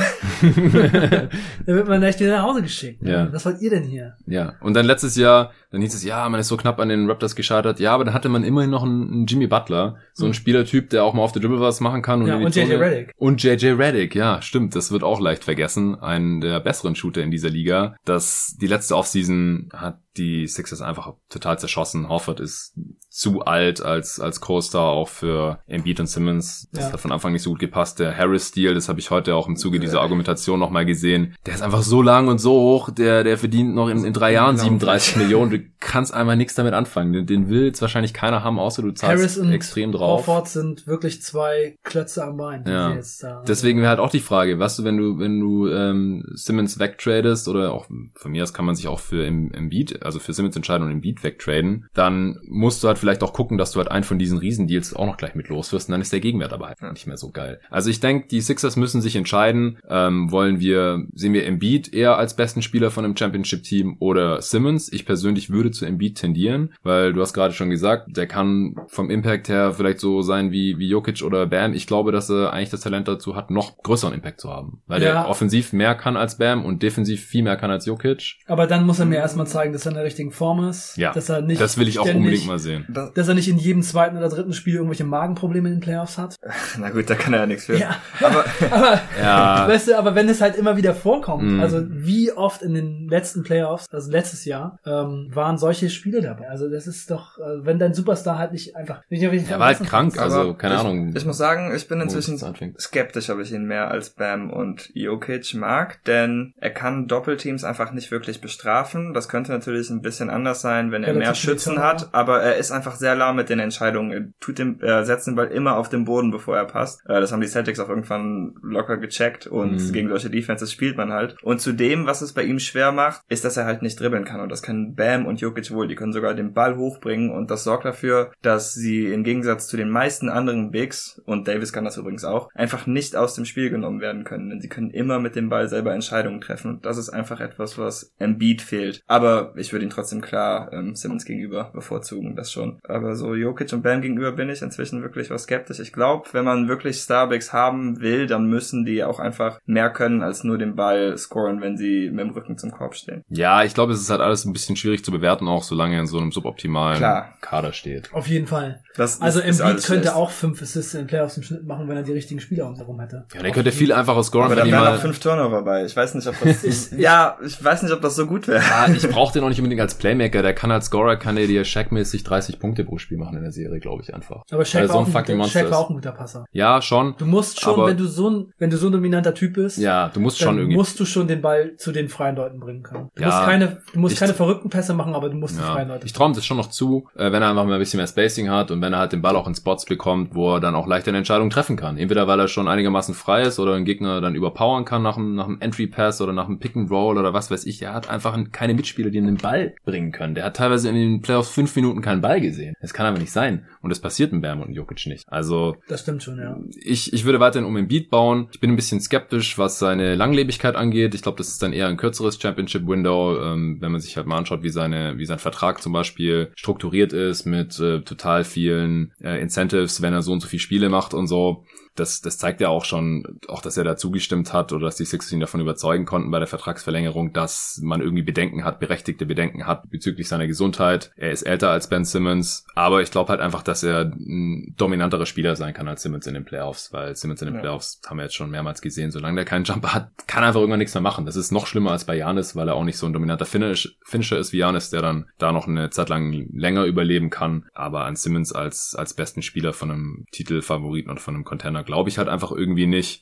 dann wird man echt wieder nach Hause geschickt. Ja. Was wollt ihr denn hier? Ja. Und dann letztes Jahr, dann hieß es, ja, man ist so knapp an den Raptors gescheitert. Ja, aber dann hatte man immerhin noch einen, einen Jimmy Butler, so ein mhm. Spielertyp, der auch mal auf der Dribble was machen kann. Und, ja, und J J Redick. Und J J Redick, ja, stimmt. Das wird auch leicht vergessen. Einen der besseren Shooter in dieser Liga. Das, die letzte Offseason hat die Sixers einfach total zerschossen. Horford ist zu alt als als Co-Star auch für Embiid und Simmons. Das ja. hat von Anfang nicht so gut gepasst. Der Harris-Deal, das habe ich heute auch im Zuge dieser Argumentation nochmal gesehen. Der ist einfach so lang und so hoch, der der verdient noch in, in drei Jahren siebenunddreißig Millionen. Du kannst einfach nichts damit anfangen. Den, den will jetzt wahrscheinlich keiner haben, außer du zahlst Harris und extrem drauf. Horford sind wirklich zwei Klötze am Bein. Die Ja. jetzt da Deswegen wäre halt auch die Frage, weißt du, wenn du wenn du ähm, Simmons wegtradest oder auch von mir aus kann man sich auch für im Embiid, also für Simmons entscheiden und Embiid wegtraden, dann musst du halt vielleicht auch gucken, dass du halt einen von diesen Riesendeals auch noch gleich mit loswirst und dann ist der Gegenwert aber halt nicht mehr so geil. Also ich denke, die Sixers müssen sich entscheiden, ähm, wollen wir, sehen wir Embiid eher als besten Spieler von einem Championship-Team oder Simmons? Ich persönlich würde zu Embiid tendieren, weil du hast gerade schon gesagt, der kann vom Impact her vielleicht so sein wie, wie Jokic oder Bam. Ich glaube, dass er eigentlich das Talent dazu hat, noch größeren Impact zu haben, weil Ja. der offensiv mehr kann als Bam und defensiv viel mehr kann als Jokic. Aber dann muss er mir erstmal zeigen, dass er in der richtigen Form ist. Ja, dass er nicht das will ich auch ständig, unbedingt mal sehen. Das, dass er nicht in jedem zweiten oder dritten Spiel irgendwelche Magenprobleme in den Playoffs hat. na gut, da kann er ja nichts für. Ja, Aber aber, Ja. weißt du, aber wenn es halt immer wieder vorkommt, Mhm. also wie oft in den letzten Playoffs, also letztes Jahr, ähm, waren solche Spiele dabei. Also das ist doch, äh, wenn dein Superstar halt nicht einfach... Nicht Er war halt krank, also Aber keine ich, Ahnung. Ich muss sagen, ich bin wo inzwischen es anfängt. skeptisch, ob ich ihn mehr als Bam und Jokic mag, denn er kann Doppelteams einfach nicht wirklich bestrafen. Das könnte natürlich ein bisschen anders sein, wenn er Relativ mehr Schützen viel hat, aber er ist einfach sehr lahm mit den Entscheidungen. Er tut den, er setzt den Ball immer auf den Boden, bevor er passt. Äh, Das haben die Celtics auch irgendwann locker gecheckt und Mhm. gegen solche Defenses spielt man halt. Und zudem, was es bei ihm schwer macht, ist, dass er halt nicht dribbeln kann und das können Bam und Jokic wohl. Die können sogar den Ball hochbringen und das sorgt dafür, dass sie im Gegensatz zu den meisten anderen Bigs, und Davis kann das übrigens auch, einfach nicht aus dem Spiel genommen werden können, denn sie können immer mit dem Ball selber Entscheidungen treffen und das ist einfach etwas, was Embiid fehlt. Aber ich würde ihn trotzdem klar ähm, Simmons gegenüber bevorzugen, das schon. Aber so Jokic und Bam gegenüber bin ich inzwischen wirklich was skeptisch. Ich glaube, wenn man wirklich Starbigs haben will, dann müssen die auch einfach mehr können, als nur den Ball scoren, wenn sie mit dem Rücken zum Korb stehen. Ja, ich glaube, es ist halt alles ein bisschen schwierig zu bewerten, auch solange er in so einem suboptimalen Klar. Kader steht. Auf jeden Fall. Das Also ist, ist Embiid alles könnte schlecht. auch fünf Assists in den Playoffs im Schnitt machen, wenn er die richtigen Spieler um sich herum hätte. Ja, der könnte viel einfacher scoren, Aber wenn da die wären mal... noch fünf Turnover bei. Ich weiß nicht, ob das... ja, ich weiß nicht, ob das so gut wäre. Ja, ich brauche den auch nicht unbedingt als Playmaker. Der kann als Scorer, kann der dir Shaq-mäßig dreißig Punkte pro Spiel machen in der Serie, glaube ich einfach. Aber Shaq, Weil er war, so auch ein fucking ein, Monster Shaq war ist. auch ein guter Passer. Ja, schon. Du musst schon, Aber- wenn du so ein, wenn du so ein dominanter Typ bist, Ja, du musst dann schon irgendwie... musst du schon den Ball zu den freien Leuten bringen können. Du Ja, musst keine, du musst ich- keine verrückten Pässe machen, aber du musst die freien Ja, Leute. ich traue ihm das schon noch zu, äh, wenn er einfach mal ein bisschen mehr Spacing hat und wenn er halt den Ball auch in Spots bekommt, wo er dann auch leichter eine Entscheidung treffen kann. Entweder weil er schon einigermaßen frei ist oder einen Gegner dann überpowern kann nach einem, nach einem Entry-Pass oder nach einem Pick-and-Roll oder was weiß ich. Er hat einfach keine Mitspieler, die ihm den Ball bringen können. Der hat teilweise in den Playoffs fünf Minuten keinen Ball gesehen. Das kann aber nicht sein. Und das passiert mit Bam und Jokic nicht. Also Das stimmt schon, ja. ich, ich würde weiterhin um Embiid bauen. Ich bin ein bisschen skeptisch, was seine Langlebigkeit angeht. Ich glaube, das ist dann eher ein kürzeres Championship-Window, ähm, wenn man sich halt mal anschaut, wie seine, wie sein Vertrag zum Beispiel strukturiert ist mit äh, total vielen äh, Incentives, wenn er so und so viele Spiele macht und so. Das, das zeigt ja auch schon, auch dass er da zugestimmt hat oder dass die Sixers ihn davon überzeugen konnten bei der Vertragsverlängerung, dass man irgendwie Bedenken hat, berechtigte Bedenken hat bezüglich seiner Gesundheit. Er ist älter als Ben Simmons, aber ich glaube halt einfach, dass er ein dominanterer Spieler sein kann als Simmons in den Playoffs, weil Simmons in den Ja. Playoffs haben wir jetzt schon mehrmals gesehen, solange der keinen Jumper hat, kann er einfach irgendwann nichts mehr machen. Das ist noch schlimmer als bei Giannis, weil er auch nicht so ein dominanter Finish, Finisher ist wie Giannis, der dann da noch eine Zeit lang länger überleben kann, aber an Simmons als als besten Spieler von einem Titelfavoriten und von einem Contender glaube ich halt einfach irgendwie nicht.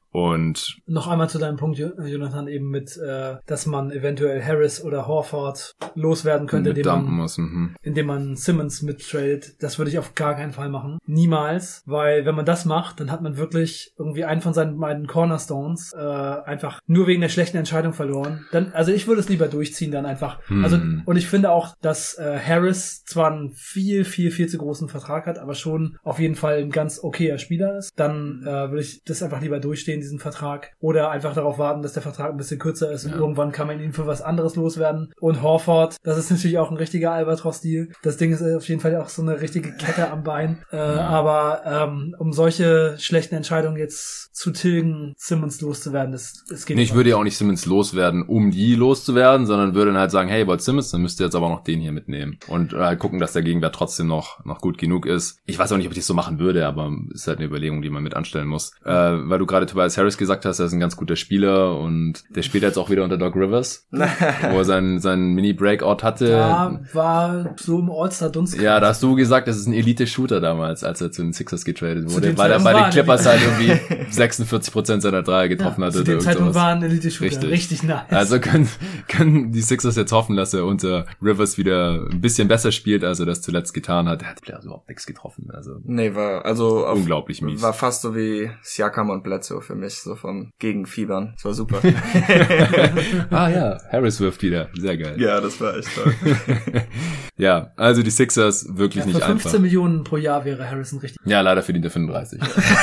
Und Noch einmal zu deinem Punkt, Jo- Jonathan, eben mit, äh, dass man eventuell Harris oder Horford loswerden könnte, indem dumpen man, muss. Mhm. indem man Simmons mittradet. Das würde ich auf gar keinen Fall machen. Niemals. Weil wenn man das macht, dann hat man wirklich irgendwie einen von seinen beiden Cornerstones äh, einfach nur wegen der schlechten Entscheidung verloren. Dann, also ich würde es lieber durchziehen dann einfach. Hm. Also und ich finde auch, dass äh, Harris zwar einen viel, viel, viel zu großen Vertrag hat, aber schon auf jeden Fall ein ganz okayer Spieler ist. Dann äh, würde ich das einfach lieber durchstehen, diesen Vertrag. Oder einfach darauf warten, dass der Vertrag ein bisschen kürzer ist und Ja. irgendwann kann man ihn für was anderes loswerden. Und Horford, das ist natürlich auch ein richtiger Albatros-Deal. Das Ding ist auf jeden Fall auch so eine richtige Kette am Bein. Äh, Ja. Aber ähm, um solche schlechten Entscheidungen jetzt zu tilgen, Simmons loszuwerden, das, das geht Nee, nicht. ich würde ja auch nicht Simmons loswerden, um die loszuwerden, sondern würde dann halt sagen, hey, ihr wollt Simmons, dann müsst ihr jetzt aber noch den hier mitnehmen. Und äh, gucken, dass der Gegenwert trotzdem noch noch gut genug ist. Ich weiß auch nicht, ob ich das so machen würde, aber ist halt eine Überlegung, die man mit anstellen muss. Äh, weil du gerade Tobias Tobias Harris gesagt hast, er ist ein ganz guter Spieler und der spielt jetzt auch wieder unter Doc Rivers, wo er seinen, seinen Mini-Breakout hatte. Da war so im All-Star-Dunstkreis. Ja, da hast du gesagt, das ist ein Elite-Shooter damals, als er zu den Sixers getradet wurde, weil er Zeitpunkt bei den war Clippers halt irgendwie sechsundvierzig Prozent seiner Dreier getroffen ja, hatte. Zu dem oder Zeitpunkt sowas. war ein Elite-Shooter. Richtig. Richtig nice. Also können, können die Sixers jetzt hoffen, dass er unter Rivers wieder ein bisschen besser spielt, als er das zuletzt getan hat. Er hat also überhaupt nichts getroffen. Also Nee, war also auf, unglaublich mies. War fast so wie Siakam und Bledsoe für mich, so vom Gegenfiebern. Das war super. Ah ja, Harris wirft wieder. Sehr geil. Ja, das war echt toll. Ja, also die Sixers wirklich ja, nicht für fünfzehn einfach. Millionen pro Jahr wäre Harrison richtig. Ja, leider verdient er fünfunddreißig.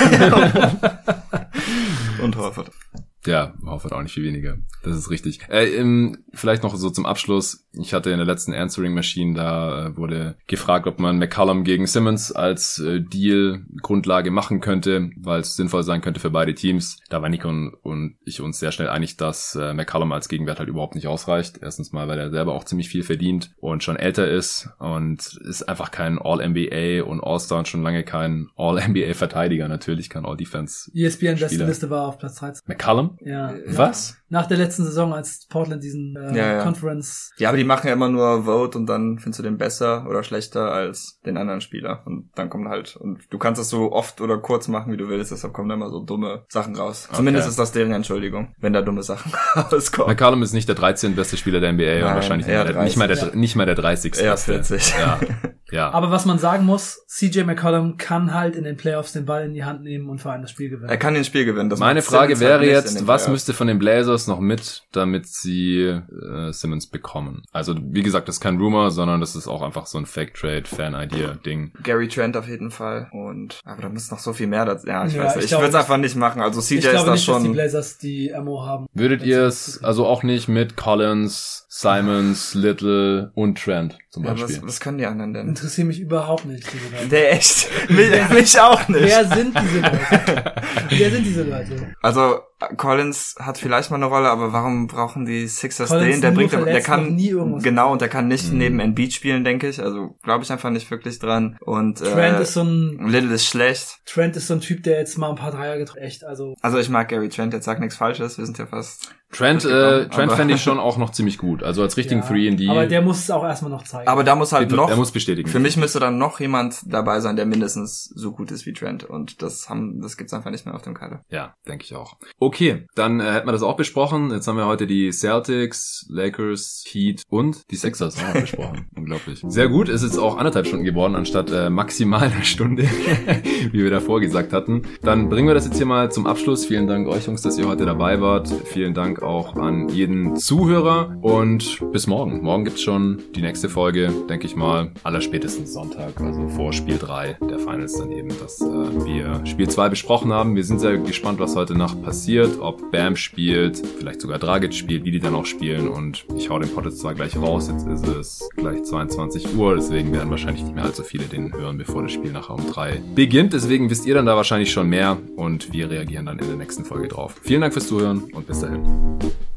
Und Horford. Ja, Horford auch nicht viel weniger. Das ist richtig. Äh, im, vielleicht noch so zum Abschluss. Ich hatte in der letzten Answering Machine, da äh, wurde gefragt, ob man McCollum gegen Simmons als äh, Deal-Grundlage machen könnte, weil es sinnvoll sein könnte für beide Teams. Da war Nico und, und ich uns sehr schnell einig, dass äh, McCollum als Gegenwert halt überhaupt nicht ausreicht. Erstens mal, weil er selber auch ziemlich viel verdient und schon älter ist und ist einfach kein All-N B A und All-Star und schon lange kein All-N B A-Verteidiger, natürlich kein All-Defense. E S P N-Bestenliste war auf Platz dreizehn. McCollum? Ja. Was? Nach der letzten Saison, als Portland diesen äh, Ja, ja. Conference... Ja, aber die machen ja immer nur Vote und dann findest du den besser oder schlechter als den anderen Spieler. Und dann kommt halt, und du kannst das so oft oder kurz machen, wie du willst, deshalb kommen da immer so dumme Sachen raus. Okay. Zumindest ist das deren Entschuldigung, wenn da dumme Sachen rauskommen. McCollum ist nicht der dreizehnte beste Spieler der N B A Nein, und wahrscheinlich eher nicht, nicht mal der, dreißig. nicht mal der dreißigste Eher beste. vierzig. Ja. Ja. Aber was man sagen muss, C J McCollum kann halt in den Playoffs den Ball in die Hand nehmen und vor allem das Spiel gewinnen. Er kann den Spiel gewinnen. Das Meine macht Frage Simmons wäre halt nicht in jetzt, den was Playoffs. müsste von den Blazers noch mit, damit sie äh, Simmons bekommen? Also wie gesagt, das ist kein Rumor, sondern das ist auch einfach so ein Fake-Trade, Fan-Idea-Ding. Gary Trent auf jeden Fall. Und aber da muss noch so viel mehr dazu. Ja, ich Ja, weiß ich nicht. Ich glaube würde es nicht. einfach nicht machen. Also C J ich ist glaube da nicht, dass die schon. Blazers die Ammo haben. Würdet ihr es, also auch nicht mit Collins, Simons, Little und Trent zum Ja, Beispiel? was, was können die anderen denn? Interessiert mich überhaupt nicht, diese Leute. Der echt. mich, mich auch nicht. Wer sind diese Leute? Wer sind diese Leute? Also Collins hat vielleicht mal eine Rolle, aber warum brauchen die Sixers Collins den? Der nur bringt, der verletzt, noch kann nie irgendwas genau und der kann nicht Mhm. neben Embiid spielen, denke ich. Also glaube ich einfach nicht wirklich dran. Und Trent äh, ist so ein Little ist schlecht. Trent ist so ein Typ, der jetzt mal ein paar Dreier getroffen. Echt, also Also ich mag Gary Trent. Jetzt sag nichts Falsches. Wir sind ja fast. Trent, äh, durchgekommen, Trent aber- fände ich schon auch noch ziemlich gut. Also als richtigen ja, drei and D. aber der muss es auch erstmal noch zeigen. Aber da muss halt noch. Er muss bestätigen. Für mich müsste dann noch jemand dabei sein, der mindestens so gut ist wie Trent. Und das haben, das gibt's einfach nicht mehr auf dem Kader. Ja, denke ich auch. Okay, dann äh, hätten wir das auch besprochen. Jetzt haben wir heute die Celtics, Lakers, Heat und die Sixers auch noch besprochen. Unglaublich. Sehr gut, ist jetzt auch anderthalb Stunden geworden, anstatt äh, maximal eine Stunde, wie wir davor gesagt hatten. Dann bringen wir das jetzt hier mal zum Abschluss. Vielen Dank euch Jungs, dass ihr heute dabei wart. Vielen Dank auch an jeden Zuhörer und bis morgen. Morgen gibt's schon die nächste Folge, denke ich mal, allerspätestens Sonntag, also vor Spiel drei der Finals dann eben, dass äh, wir Spiel zwei besprochen haben. Wir sind sehr gespannt, was heute Nacht passiert, ob Bam spielt, vielleicht sogar Dragic spielt, wie die dann auch spielen und ich hau den Pod jetzt zwar gleich raus, jetzt ist es gleich zweiundzwanzig Uhr, deswegen werden wahrscheinlich nicht mehr allzu viele den hören, bevor das Spiel nachher um drei beginnt, deswegen wisst ihr dann da wahrscheinlich schon mehr und wir reagieren dann in der nächsten Folge drauf. Vielen Dank fürs Zuhören und bis dahin.